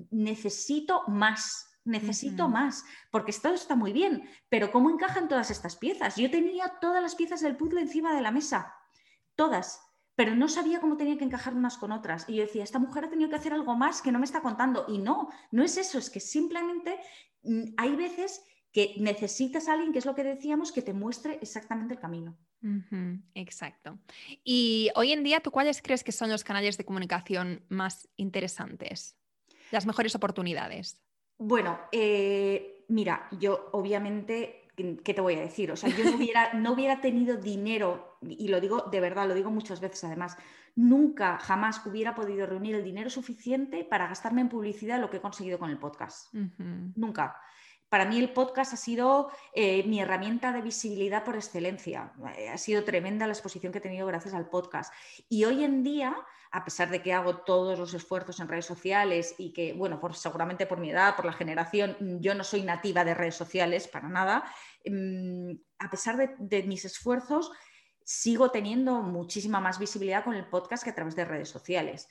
necesito ujú. más, porque esto está muy bien, pero ¿cómo encajan todas estas piezas? Yo tenía todas las piezas del puzzle encima de la mesa, todas, pero no sabía cómo tenía que encajar unas con otras. Y yo decía, esta mujer ha tenido que hacer algo más que no me está contando. Y no, no es eso, es que simplemente hay veces que necesitas a alguien, que es lo que decíamos, que te muestre exactamente el camino. Ujú, exacto. Y hoy en día, ¿tú cuáles crees que son los canales de comunicación más interesantes? Las mejores oportunidades. Bueno, mira, yo obviamente, ¿qué te voy a decir? O sea, yo no hubiera tenido dinero, y lo digo de verdad, lo digo muchas veces además, nunca, jamás hubiera podido reunir el dinero suficiente para gastarme en publicidad lo que he conseguido con el podcast. Ujú, Nunca. Para mí el podcast ha sido mi herramienta de visibilidad por excelencia. Ha sido tremenda la exposición que he tenido gracias al podcast. Y hoy en día, a pesar de que hago todos los esfuerzos en redes sociales y que, bueno, seguramente por mi edad, por la generación, yo no soy nativa de redes sociales para nada, a pesar de mis esfuerzos, sigo teniendo muchísima más visibilidad con el podcast que a través de redes sociales.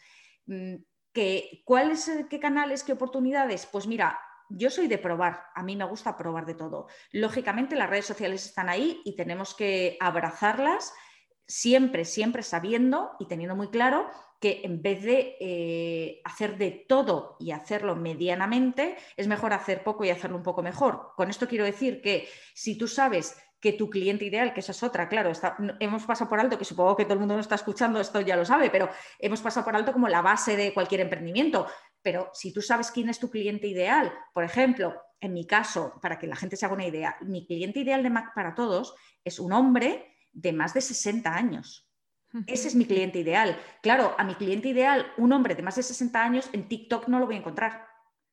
¿Qué canales, qué oportunidades? Pues mira, yo soy de probar, a mí me gusta probar de todo. Lógicamente las redes sociales están ahí y tenemos que abrazarlas siempre, siempre sabiendo y teniendo muy claro que en vez de hacer de todo y hacerlo medianamente, es mejor hacer poco y hacerlo un poco mejor. Con esto quiero decir que si tú sabes que tu cliente ideal, que esa es otra, claro, hemos pasado por alto, que supongo que todo el mundo nos está escuchando, esto ya lo sabe, pero hemos pasado por alto como la base de cualquier emprendimiento. Pero si tú sabes quién es tu cliente ideal, por ejemplo, en mi caso, para que la gente se haga una idea, mi cliente ideal de Mac para Todos es un hombre de más de 60 años. Ese ujú. es mi cliente ideal. Claro, a mi cliente ideal, un hombre de más de 60 años, en TikTok no lo voy a encontrar.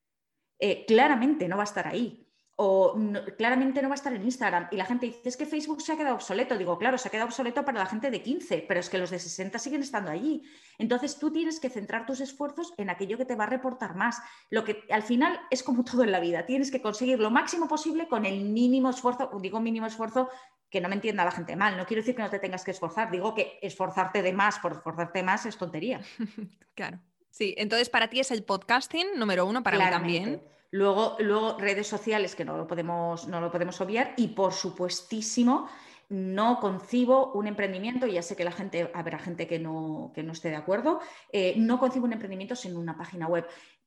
Claramente no va a estar ahí. O no, claramente no va a estar en Instagram. Y la gente dice, es que Facebook se ha quedado obsoleto. Digo, claro, se ha quedado obsoleto para la gente de 15, pero es que los de 60 siguen estando allí. Entonces tú tienes que centrar tus esfuerzos en aquello que te va a reportar más. Lo que al final es como todo en la vida. Tienes que conseguir lo máximo posible con el mínimo esfuerzo. Digo mínimo esfuerzo, que no me entienda la gente mal. No quiero decir que no te tengas que esforzar. Digo que esforzarte de más por esforzarte más es tontería. Claro. Sí, entonces para ti es el podcasting número uno, para mí también. Claramente. Luego redes sociales que no lo podemos obviar y por supuestísimo no concibo un emprendimiento, y ya sé que habrá gente que no esté de acuerdo, no concibo un emprendimiento sin una página web.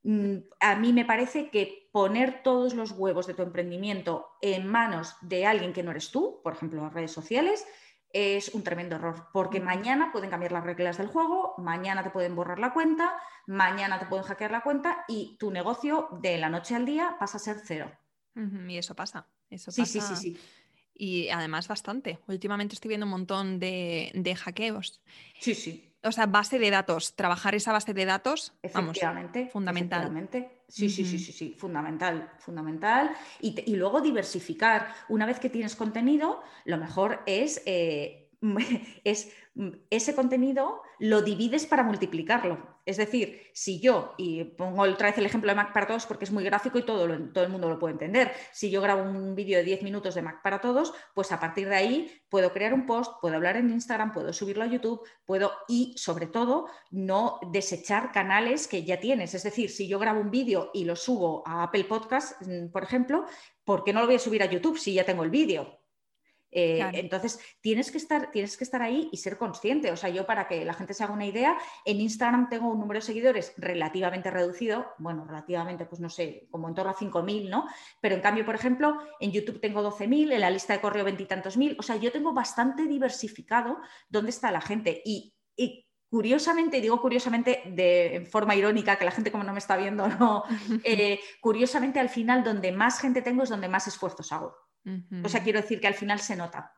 A mí me parece que poner todos los huevos de tu emprendimiento en manos de alguien que no eres tú, por ejemplo, las redes sociales, es un tremendo error, porque Ujú. mañana pueden cambiar las reglas del juego, mañana te pueden borrar la cuenta, mañana te pueden hackear la cuenta y tu negocio de la noche al día pasa a ser cero. Ujú, y eso Sí, sí, sí, pasa sí. y además bastante. Últimamente estoy viendo un montón de hackeos. Sí, sí. O sea, base de datos, trabajar esa base de datos, vamos, Efectivamente, fundamental. efectivamente. Sí, sí, sí, Ujú, sí, sí. Fundamental, fundamental. Y luego diversificar. Una vez que tienes contenido, lo mejor es ese contenido lo divides para multiplicarlo. Es decir, si yo, y pongo otra vez el ejemplo de Mac para Todos porque es muy gráfico y todo el mundo lo puede entender, si yo grabo un vídeo de 10 minutos de Mac para Todos, pues a partir de ahí puedo crear un post, puedo hablar en Instagram, puedo subirlo a YouTube, y sobre todo no desechar canales que ya tienes. Es decir, si yo grabo un vídeo y lo subo a Apple Podcast, por ejemplo, ¿por qué no lo voy a subir a YouTube si ya tengo el vídeo? Claro. Entonces, tienes que estar ahí y ser consciente. O sea, yo para que la gente se haga una idea, en Instagram tengo un número de seguidores relativamente reducido, bueno, relativamente, pues no sé, como en torno a 5.000, ¿no? Pero en cambio, por ejemplo, en YouTube tengo 12.000, en la lista de correo 20 y tantos mil. O sea, yo tengo bastante diversificado dónde está la gente. Y curiosamente, digo curiosamente en forma irónica, que la gente como no me está viendo, no, curiosamente al final donde más gente tengo es donde más esfuerzos hago. O sea, quiero decir que al final se nota.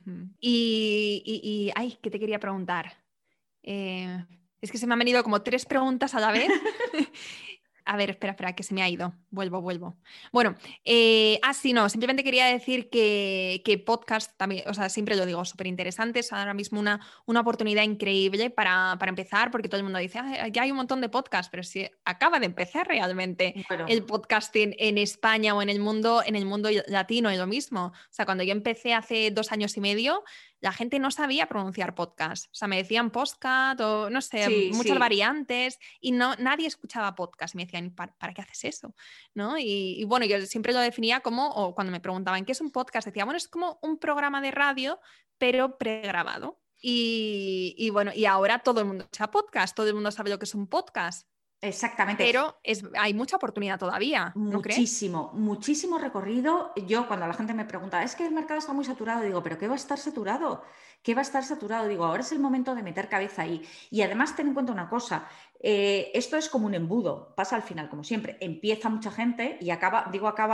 Ay, ¿qué te quería preguntar? Es que se me han venido como 3 preguntas a la vez. A ver, espera, que se me ha ido. Vuelvo. Bueno, sí, no, simplemente quería decir que podcast también, o sea, siempre lo digo, súper interesante. Es ahora mismo una oportunidad increíble para empezar, porque todo el mundo dice, ya hay un montón de podcasts, pero si acaba de empezar realmente Bueno, el podcasting en España o en el mundo latino, es lo mismo. O sea, cuando yo empecé hace 2 años y medio, la gente no sabía pronunciar podcast. O sea, me decían podcast o no sé, sí, muchas sí. variantes y nadie escuchaba podcast. Y me decían, ¿para qué haces eso? ¿No? Y bueno, yo siempre lo definía como, o cuando me preguntaban, ¿qué es un podcast? Decía, bueno, es como un programa de radio, pero pregrabado. Y bueno, y ahora todo el mundo echa podcast, todo el mundo sabe lo que es un podcast. Exactamente. Pero hay mucha oportunidad todavía, ¿no crees? Muchísimo recorrido. Yo cuando la gente me pregunta, es que el mercado está muy saturado, digo, ¿pero qué va a estar saturado? ¿Qué va a estar saturado? Digo, ahora es el momento de meter cabeza ahí. Y además ten en cuenta una cosa, esto es como un embudo, pasa al final, como siempre, empieza mucha gente y acaba,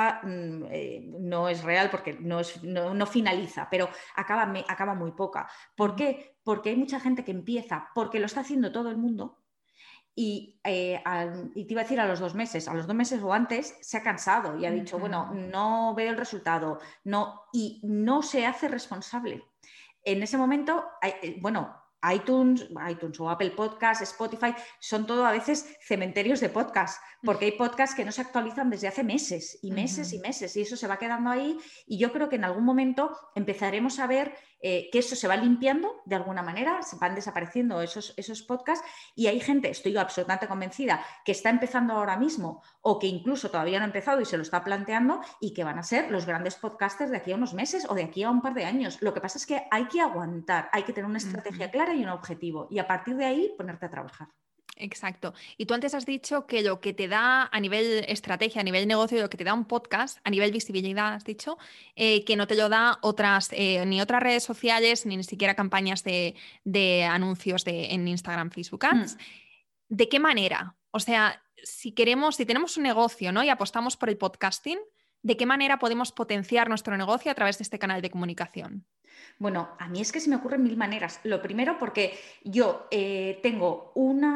no es real porque no finaliza, pero acaba muy poca. ¿Por qué? Porque hay mucha gente que empieza, porque lo está haciendo todo el mundo. Y te iba a decir a los 2 meses o antes, se ha cansado y ha dicho, bueno, no veo el resultado, no, y no se hace responsable. En ese momento, iTunes o Apple Podcasts, Spotify, son todo a veces cementerios de podcasts, porque hay podcasts que no se actualizan desde hace meses y meses y meses, y eso se va quedando ahí, y yo creo que en algún momento empezaremos a ver que eso se va limpiando de alguna manera, se van desapareciendo esos podcasts, y hay gente, estoy absolutamente convencida, que está empezando ahora mismo o que incluso todavía no ha empezado y se lo está planteando y que van a ser los grandes podcasters de aquí a unos meses o de aquí a un par de años. Lo que pasa es que hay que aguantar, hay que tener una estrategia clara y un objetivo y a partir de ahí ponerte a trabajar. Exacto. Y tú antes has dicho que lo que te da a nivel estrategia, a nivel negocio, lo que te da un podcast, a nivel visibilidad, has dicho, que no te lo da ni otras redes sociales, ni siquiera campañas de anuncios en Instagram, Facebook Ads. ¿De qué manera? O sea, si tenemos un negocio, ¿no? Y apostamos por el podcasting, ¿de qué manera podemos potenciar nuestro negocio a través de este canal de comunicación? Bueno, a mí es que se me ocurren 1000 maneras. Lo primero porque yo tengo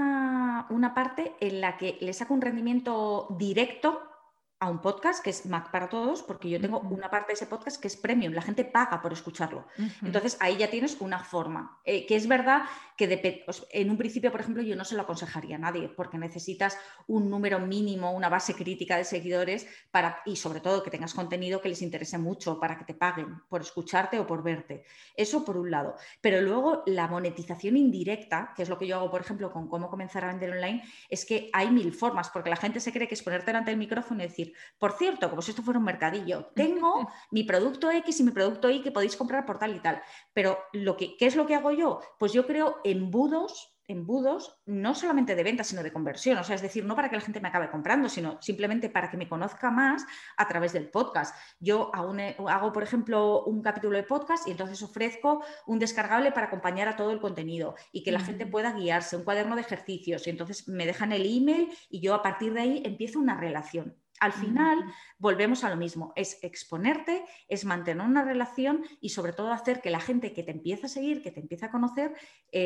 una parte en la que le saco un rendimiento directo a un podcast que es Mac para todos, porque yo tengo una parte de ese podcast que es premium, la gente paga por escucharlo. Entonces ahí ya tienes una forma, que es verdad que en un principio, por ejemplo, yo no se lo aconsejaría a nadie, porque necesitas un número mínimo, una base crítica de seguidores y sobre todo que tengas contenido que les interese mucho para que te paguen por escucharte o por verte. Eso por un lado. Pero luego la monetización indirecta, que es lo que yo hago, por ejemplo, con cómo comenzar a vender online, es que hay 1000 formas, porque la gente se cree que es ponerte delante del micrófono y decir, por cierto, como si esto fuera un mercadillo, tengo mi producto X y mi producto Y que podéis comprar por tal y tal. Pero ¿qué es lo que hago yo? Pues yo creo embudos no solamente de venta, sino de conversión. O sea, es decir, no para que la gente me acabe comprando, sino simplemente para que me conozca más a través del podcast. Yo hago, por ejemplo, un capítulo de podcast y entonces ofrezco un descargable para acompañar a todo el contenido y que la gente pueda guiarse, un cuaderno de ejercicios, y entonces me dejan el email y yo a partir de ahí empiezo una relación. Al final volvemos a lo mismo, es exponerte, es mantener una relación y sobre todo hacer que la gente que te empieza a seguir, que te empieza a conocer,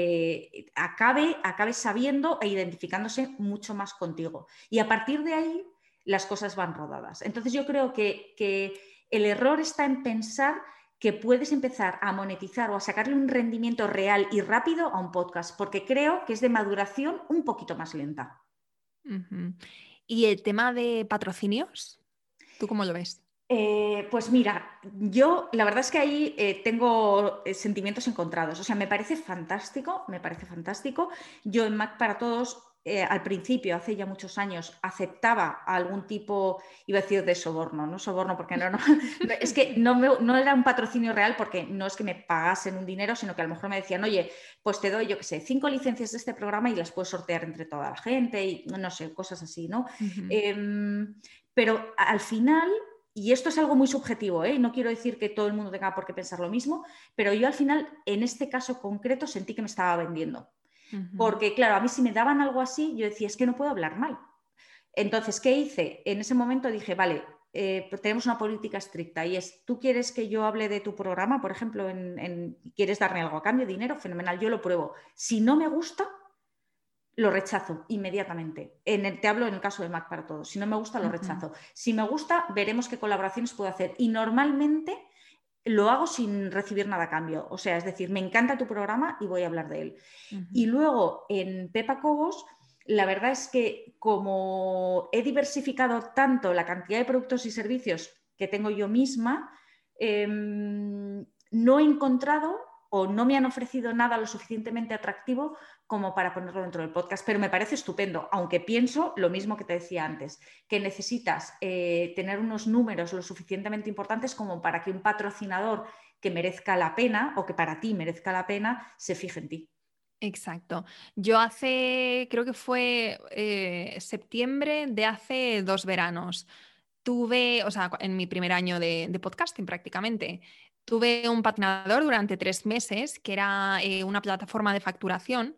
acabe sabiendo e identificándose mucho más contigo. Y a partir de ahí las cosas van rodadas. Entonces yo creo que el error está en pensar que puedes empezar a monetizar o a sacarle un rendimiento real y rápido a un podcast, porque creo que es de maduración un poquito más lenta. ¿Y el tema de patrocinios? ¿Tú cómo lo ves? Pues mira, yo la verdad es que ahí tengo sentimientos encontrados. O sea, me parece fantástico. Yo en Mac para Todos al principio, hace ya muchos años, aceptaba algún tipo, iba a decir de soborno, no soborno porque no, es que no era un patrocinio real porque no es que me pagasen un dinero, sino que a lo mejor me decían, oye, pues te doy, yo qué sé, 5 licencias de este programa y las puedes sortear entre toda la gente y no sé, cosas así, ¿no? Pero al final, y esto es algo muy subjetivo, no quiero decir que todo el mundo tenga por qué pensar lo mismo, pero yo al final, en este caso concreto, sentí que me estaba vendiendo. Porque, claro, a mí si me daban algo así, yo decía, es que no puedo hablar mal. Entonces, ¿qué hice? En ese momento dije, vale, tenemos una política estricta y es, ¿tú quieres que yo hable de tu programa, por ejemplo, quieres darme algo a cambio, dinero? Fenomenal, yo lo pruebo. Si no me gusta, lo rechazo inmediatamente. Te hablo en el caso de Mac para Todos. Si no me gusta, lo rechazo. Si me gusta, veremos qué colaboraciones puedo hacer. Y normalmente lo hago sin recibir nada a cambio. O sea, es decir, me encanta tu programa y voy a hablar de él. Y luego en Pepa Cobos, la verdad es que como he diversificado tanto la cantidad de productos y servicios que tengo yo misma, no he encontrado o no me han ofrecido nada lo suficientemente atractivo como para ponerlo dentro del podcast, pero me parece estupendo, aunque pienso lo mismo que te decía antes, que necesitas tener unos números lo suficientemente importantes como para que un patrocinador que merezca la pena o que para ti merezca la pena se fije en ti. Exacto. Yo creo que fue septiembre de hace 2 veranos, tuve, o sea, en mi primer año de podcasting prácticamente, tuve un patrocinador durante 3 meses, que era una plataforma de facturación.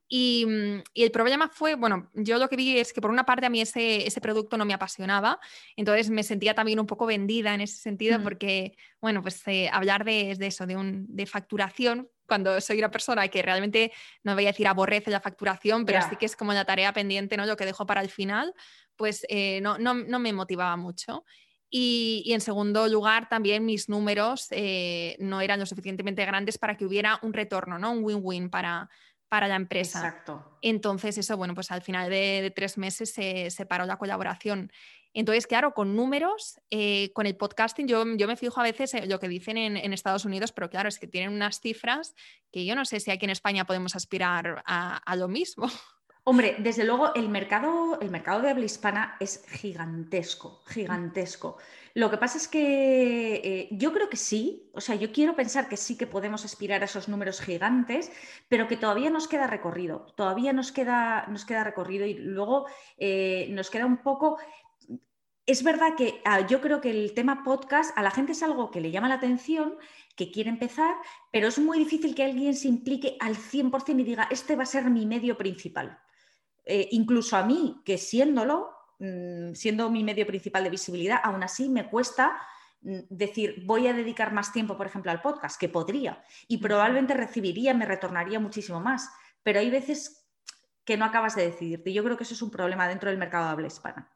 Y el problema fue, bueno, yo lo que vi es que por una parte a mí ese producto no me apasionaba, entonces me sentía también un poco vendida en ese sentido porque, bueno, pues hablar de eso, de facturación, cuando soy una persona que realmente, no voy a decir aborrece la facturación, pero sí que es como la tarea pendiente, ¿no? Lo que dejo para el final, pues no me motivaba mucho. Y en segundo lugar, también mis números no eran lo suficientemente grandes para que hubiera un retorno, ¿no? Un win-win para la empresa. Exacto. Entonces, eso, bueno, pues al final de 3 meses se paró la colaboración. Entonces, claro, con números, con el podcasting, yo me fijo a veces en lo que dicen en Estados Unidos, pero claro, es que tienen unas cifras que yo no sé si aquí en España podemos aspirar a lo mismo. Hombre, desde luego el mercado de habla hispana es gigantesco, gigantesco. Lo que pasa es que yo creo que sí, o sea, yo quiero pensar que sí que podemos aspirar a esos números gigantes, pero que todavía nos queda recorrido, recorrido y luego nos queda un poco... Es verdad que yo creo que el tema podcast a la gente es algo que le llama la atención, que quiere empezar, pero es muy difícil que alguien se implique al 100% y diga, este va a ser mi medio principal. Incluso a mí, que siendo mi medio principal de visibilidad, aún así me cuesta decir, voy a dedicar más tiempo, por ejemplo, al podcast, que podría, y probablemente me retornaría muchísimo más, pero hay veces que no acabas de decidirte. Yo creo que eso es un problema dentro del mercado de habla hispana.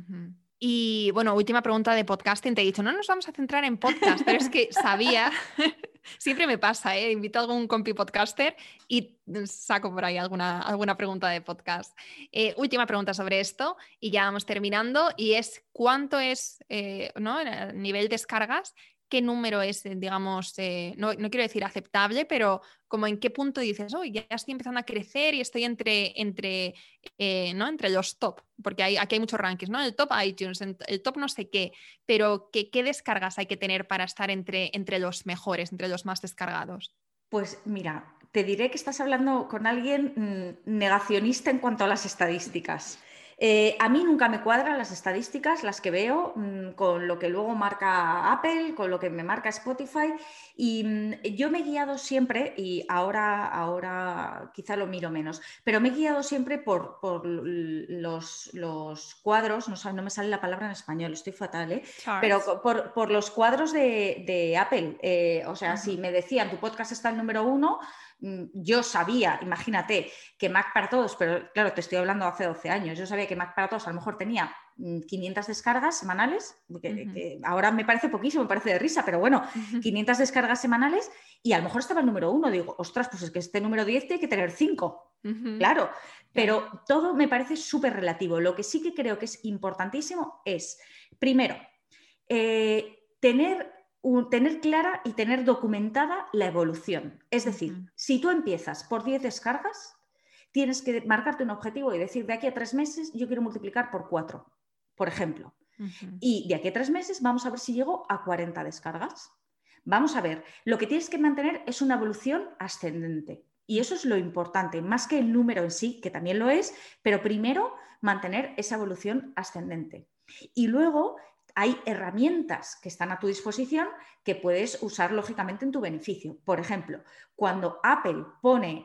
Y bueno, última pregunta de podcasting. Te he dicho, no nos vamos a centrar en podcast, pero es que sabía, siempre me pasa, invito a algún compi podcaster y saco por ahí alguna pregunta de podcast. Última pregunta sobre esto y ya vamos terminando y es ¿cuánto es, ¿no? El nivel de descargas? ¿Qué número es, digamos, no quiero decir aceptable, pero como en qué punto dices, oh, ya estoy empezando a crecer y estoy ¿no? entre los top? Porque aquí hay muchos rankings, ¿no? El top iTunes, el top no sé qué, pero ¿qué descargas hay que tener para estar entre los mejores, entre los más descargados? Pues mira, te diré que estás hablando con alguien negacionista en cuanto a las estadísticas. A mí nunca me cuadran las estadísticas, las que veo, con lo que luego marca Apple, con lo que me marca Spotify. Y yo me he guiado siempre, y ahora quizá lo miro menos, pero me he guiado siempre por los cuadros, no me sale la palabra en español, estoy fatal, pero por los cuadros de Apple. O sea, si me decían, tu podcast está en número 1, yo sabía, imagínate, que Mac para Todos, pero claro, te estoy hablando hace 12 años, yo sabía que Mac para Todos a lo mejor tenía 500 descargas semanales, que ahora me parece poquísimo, me parece de risa, pero bueno, 500 descargas semanales y a lo mejor estaba el número 1, digo, ostras, pues es que este número 10 tiene que tener 5, claro, pero todo me parece súper relativo. Lo que sí que creo que es importantísimo es, primero, tener clara y tener documentada la evolución. Es decir, si tú empiezas por 10 descargas, tienes que marcarte un objetivo y decir, de aquí a 3 meses yo quiero multiplicar por 4, por ejemplo. Y de aquí a 3 meses vamos a ver si llego a 40 descargas. Vamos a ver, lo que tienes que mantener es una evolución ascendente. Y eso es lo importante, más que el número en sí, que también lo es, pero primero mantener esa evolución ascendente. Y luego hay herramientas que están a tu disposición que puedes usar lógicamente en tu beneficio. Por ejemplo, cuando Apple pone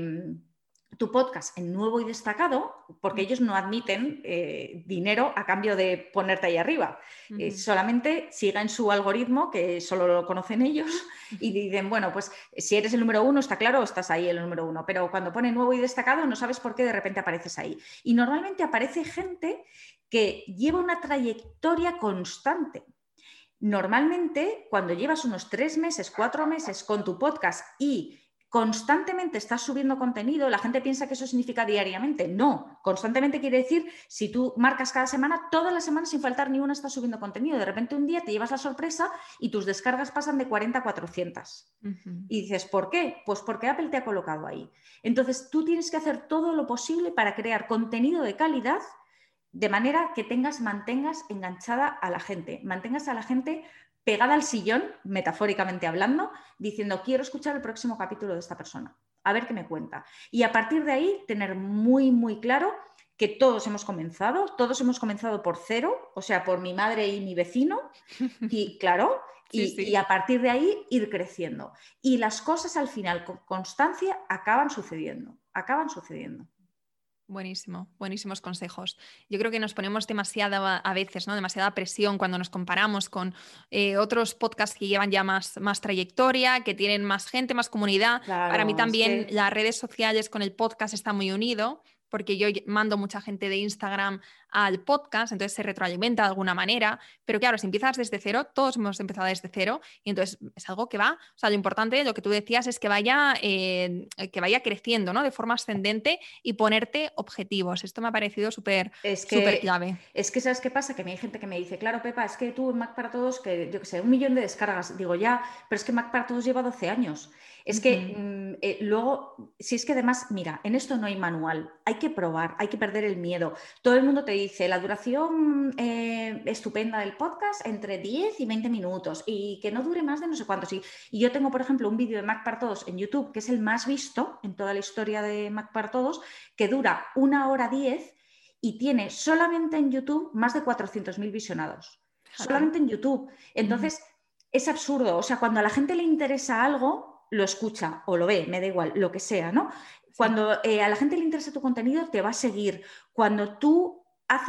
tu podcast en nuevo y destacado, porque ellos no admiten dinero a cambio de ponerte ahí arriba. Solamente siguen su algoritmo, que solo lo conocen ellos, y dicen, bueno, pues si eres el número 1, está claro, estás ahí el número 1, pero cuando pone nuevo y destacado no sabes por qué de repente apareces ahí. Y normalmente aparece gente que lleva una trayectoria constante. Normalmente, cuando llevas unos 3 meses, 4 meses con tu podcast y constantemente estás subiendo contenido, la gente piensa que eso significa diariamente. No, constantemente quiere decir, si tú marcas cada semana, todas las semanas sin faltar ni una estás subiendo contenido. De repente un día te llevas la sorpresa y tus descargas pasan de 40 a 400. Y dices, ¿por qué? Pues porque Apple te ha colocado ahí. Entonces, tú tienes que hacer todo lo posible para crear contenido de calidad de manera que mantengas enganchada a la gente, mantengas a la gente pegada al sillón, metafóricamente hablando, diciendo, quiero escuchar el próximo capítulo de esta persona, a ver qué me cuenta. Y a partir de ahí, tener muy, muy claro que todos hemos comenzado por 0, o sea, por mi madre y mi vecino, y claro, sí. Y a partir de ahí ir creciendo. Y las cosas al final, con constancia, acaban sucediendo. Buenísimo, buenísimos consejos. Yo creo que nos ponemos demasiada, a veces, ¿no? Demasiada presión cuando nos comparamos con otros podcasts que llevan ya más trayectoria, que tienen más gente, más comunidad. Claro, para mí también las redes sociales con el podcast está muy unido, porque yo mando mucha gente de Instagram al podcast, entonces se retroalimenta de alguna manera, pero claro, si empiezas desde cero, todos hemos empezado desde cero, y entonces es algo que va, o sea, lo importante, lo que tú decías es que vaya creciendo, ¿no? De forma ascendente y ponerte objetivos. Esto me ha parecido súper clave. Es que, ¿sabes qué pasa? Que hay gente que me dice, claro, Pepa, es que tú en Mac para Todos, que yo qué sé, 1 millón de descargas. Digo, ya, pero es que Mac para Todos lleva 12 años. Es que luego, si es que además, mira, en esto no hay manual, hay que probar, hay que perder el miedo. Todo el mundo te dice, la duración estupenda del podcast entre 10 y 20 minutos y que no dure más de no sé cuántos. Y yo tengo, por ejemplo, un vídeo de Mac para Todos en YouTube, que es el más visto en toda la historia de Mac para Todos, que dura 1 hora 10 y tiene solamente en YouTube más de 400.000 visionados. Solamente en YouTube. Entonces, es absurdo. O sea, cuando a la gente le interesa algo, lo escucha o lo ve, me da igual, lo que sea, ¿no? Cuando a la gente le interesa tu contenido, te va a seguir. Cuando tú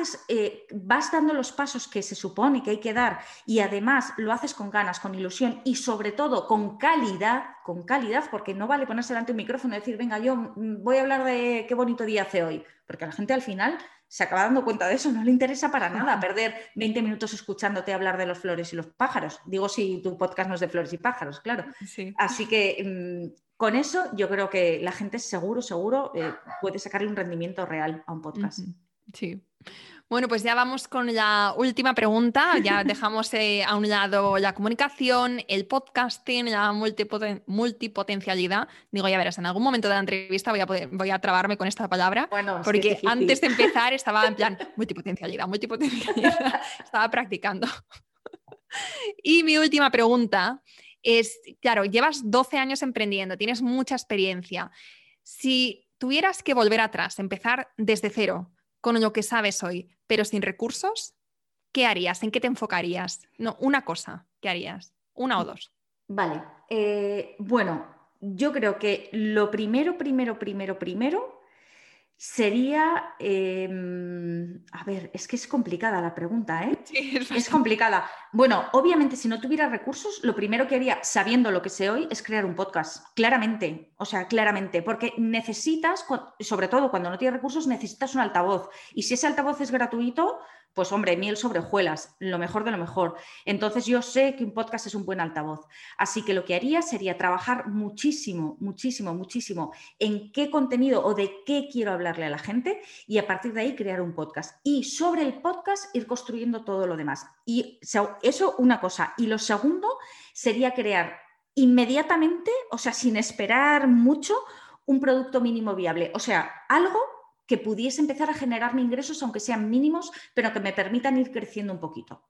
vas dando los pasos que se supone que hay que dar y además lo haces con ganas, con ilusión y sobre todo con calidad, porque no vale ponerse delante de un micrófono y decir, venga, yo voy a hablar de qué bonito día hace hoy, porque a la gente al final se acaba dando cuenta de eso, no le interesa para nada perder 20 minutos escuchándote hablar de las flores y los pájaros. Digo, si tu podcast no es de flores y pájaros, claro. Sí. Así que con eso yo creo que la gente seguro puede sacarle un rendimiento real a un podcast. Sí. Bueno, pues ya vamos con la última pregunta. Ya dejamos a un lado la comunicación, el podcasting, la multipotencialidad. Digo, ya verás, en algún momento de la entrevista voy a trabarme con esta palabra, bueno, porque antes de empezar estaba en plan multipotencialidad. Estaba practicando. Y mi última pregunta es, claro, llevas 12 años emprendiendo, tienes mucha experiencia. Si tuvieras que volver atrás, empezar desde cero, con lo que sabes hoy, pero sin recursos, ¿qué harías? ¿En qué te enfocarías? No, una cosa, ¿qué harías? ¿Una o dos? Vale. Bueno, yo creo que lo primero sería... a ver, es que es complicada la pregunta, ¿eh? Sí, es complicada. Bueno, obviamente, si no tuviera recursos, lo primero que haría, sabiendo lo que sé hoy, es crear un podcast. Claramente, o sea, claramente. Porque necesitas, sobre todo cuando no tienes recursos, necesitas un altavoz. Y si ese altavoz es gratuito, pues hombre, miel sobre hojuelas, lo mejor de lo mejor. Entonces yo sé que un podcast es un buen altavoz. Así que lo que haría sería trabajar muchísimo en qué contenido o de qué quiero hablarle a la gente y a partir de ahí crear un podcast. Y sobre el podcast ir construyendo todo lo demás. Y eso una cosa. Y lo segundo sería crear inmediatamente, o sea, sin esperar mucho, un producto mínimo viable. O sea, algo que pudiese empezar a generarme ingresos, aunque sean mínimos, pero que me permitan ir creciendo un poquito.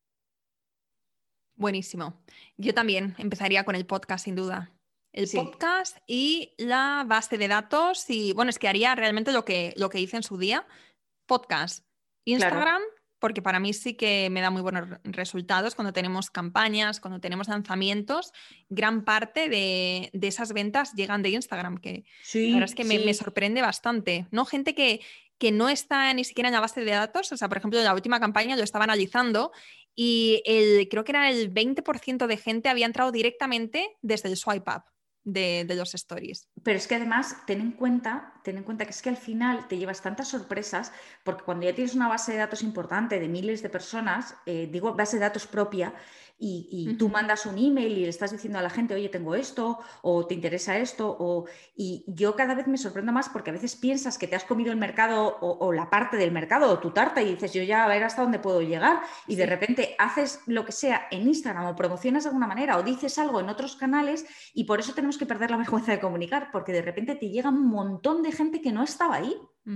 Buenísimo. Yo también empezaría con el podcast, sin duda. El podcast y la base de datos. Y bueno, es que haría realmente lo que hice en su día. Podcast, Instagram, porque para mí sí que me da muy buenos resultados cuando tenemos campañas, cuando tenemos lanzamientos. Gran parte de esas ventas llegan de Instagram, que la verdad es que me sorprende bastante, ¿no? Gente que no está ni siquiera en la base de datos. O sea, por ejemplo, la última campaña lo estaba analizando y creo que era el 20% de gente había entrado directamente desde el swipe up de los stories. Pero es que además ten en cuenta que es que al final te llevas tantas sorpresas, porque cuando ya tienes una base de datos importante de miles de personas, digo base de datos propia, y tú mandas un email y le estás diciendo a la gente, oye, tengo esto, o te interesa esto, y yo cada vez me sorprendo más porque a veces piensas que te has comido el mercado o la parte del mercado o tu tarta y dices, yo ya a ver hasta dónde puedo llegar, y de repente haces lo que sea en Instagram o promocionas de alguna manera o dices algo en otros canales, y por eso tenemos que perder la vergüenza de comunicar, porque de repente te llega un montón de gente que no estaba ahí.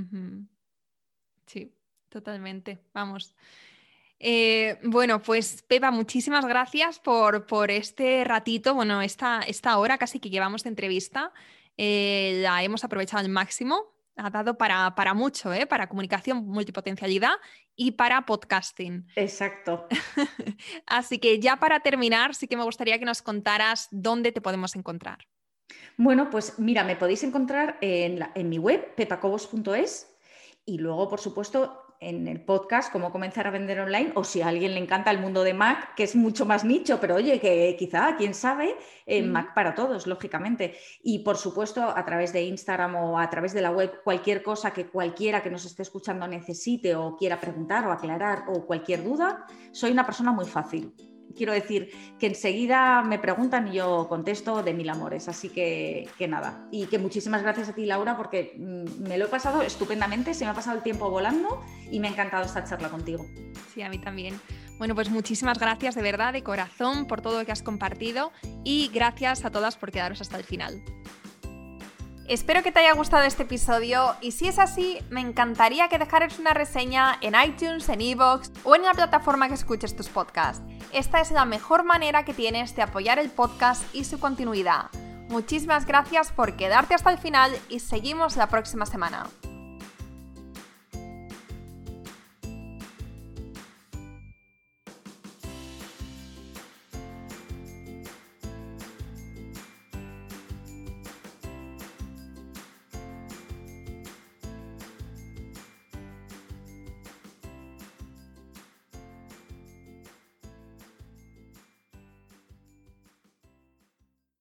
Sí, totalmente. Vamos. Bueno, pues Pepa, muchísimas gracias por este ratito, bueno, esta hora casi que llevamos de entrevista. La hemos aprovechado al máximo. Ha dado para mucho, para comunicación, multipotencialidad y para podcasting. Exacto. Así que ya para terminar, sí que me gustaría que nos contaras dónde te podemos encontrar. Bueno, pues mira, me podéis encontrar en mi web, pepacobos.es, y luego, por supuesto, en el podcast, Cómo comenzar a vender online, o si a alguien le encanta el mundo de Mac, que es mucho más nicho, pero oye, que quizá, quién sabe, Mac para todos, lógicamente. Y, por supuesto, a través de Instagram o a través de la web, cualquier cosa que cualquiera que nos esté escuchando necesite o quiera preguntar o aclarar o cualquier duda, soy una persona muy fácil. Quiero decir que enseguida me preguntan y yo contesto de mil amores, así que nada. Y que muchísimas gracias a ti, Laura, porque me lo he pasado estupendamente, se me ha pasado el tiempo volando y me ha encantado esta charla contigo. Sí, a mí también. Bueno, pues muchísimas gracias de verdad, de corazón, por todo lo que has compartido y gracias a todas por quedaros hasta el final. Espero que te haya gustado este episodio y si es así, me encantaría que dejaras una reseña en iTunes, en iVoox o en la plataforma que escuches tus podcasts. Esta es la mejor manera que tienes de apoyar el podcast y su continuidad. Muchísimas gracias por quedarte hasta el final y seguimos la próxima semana.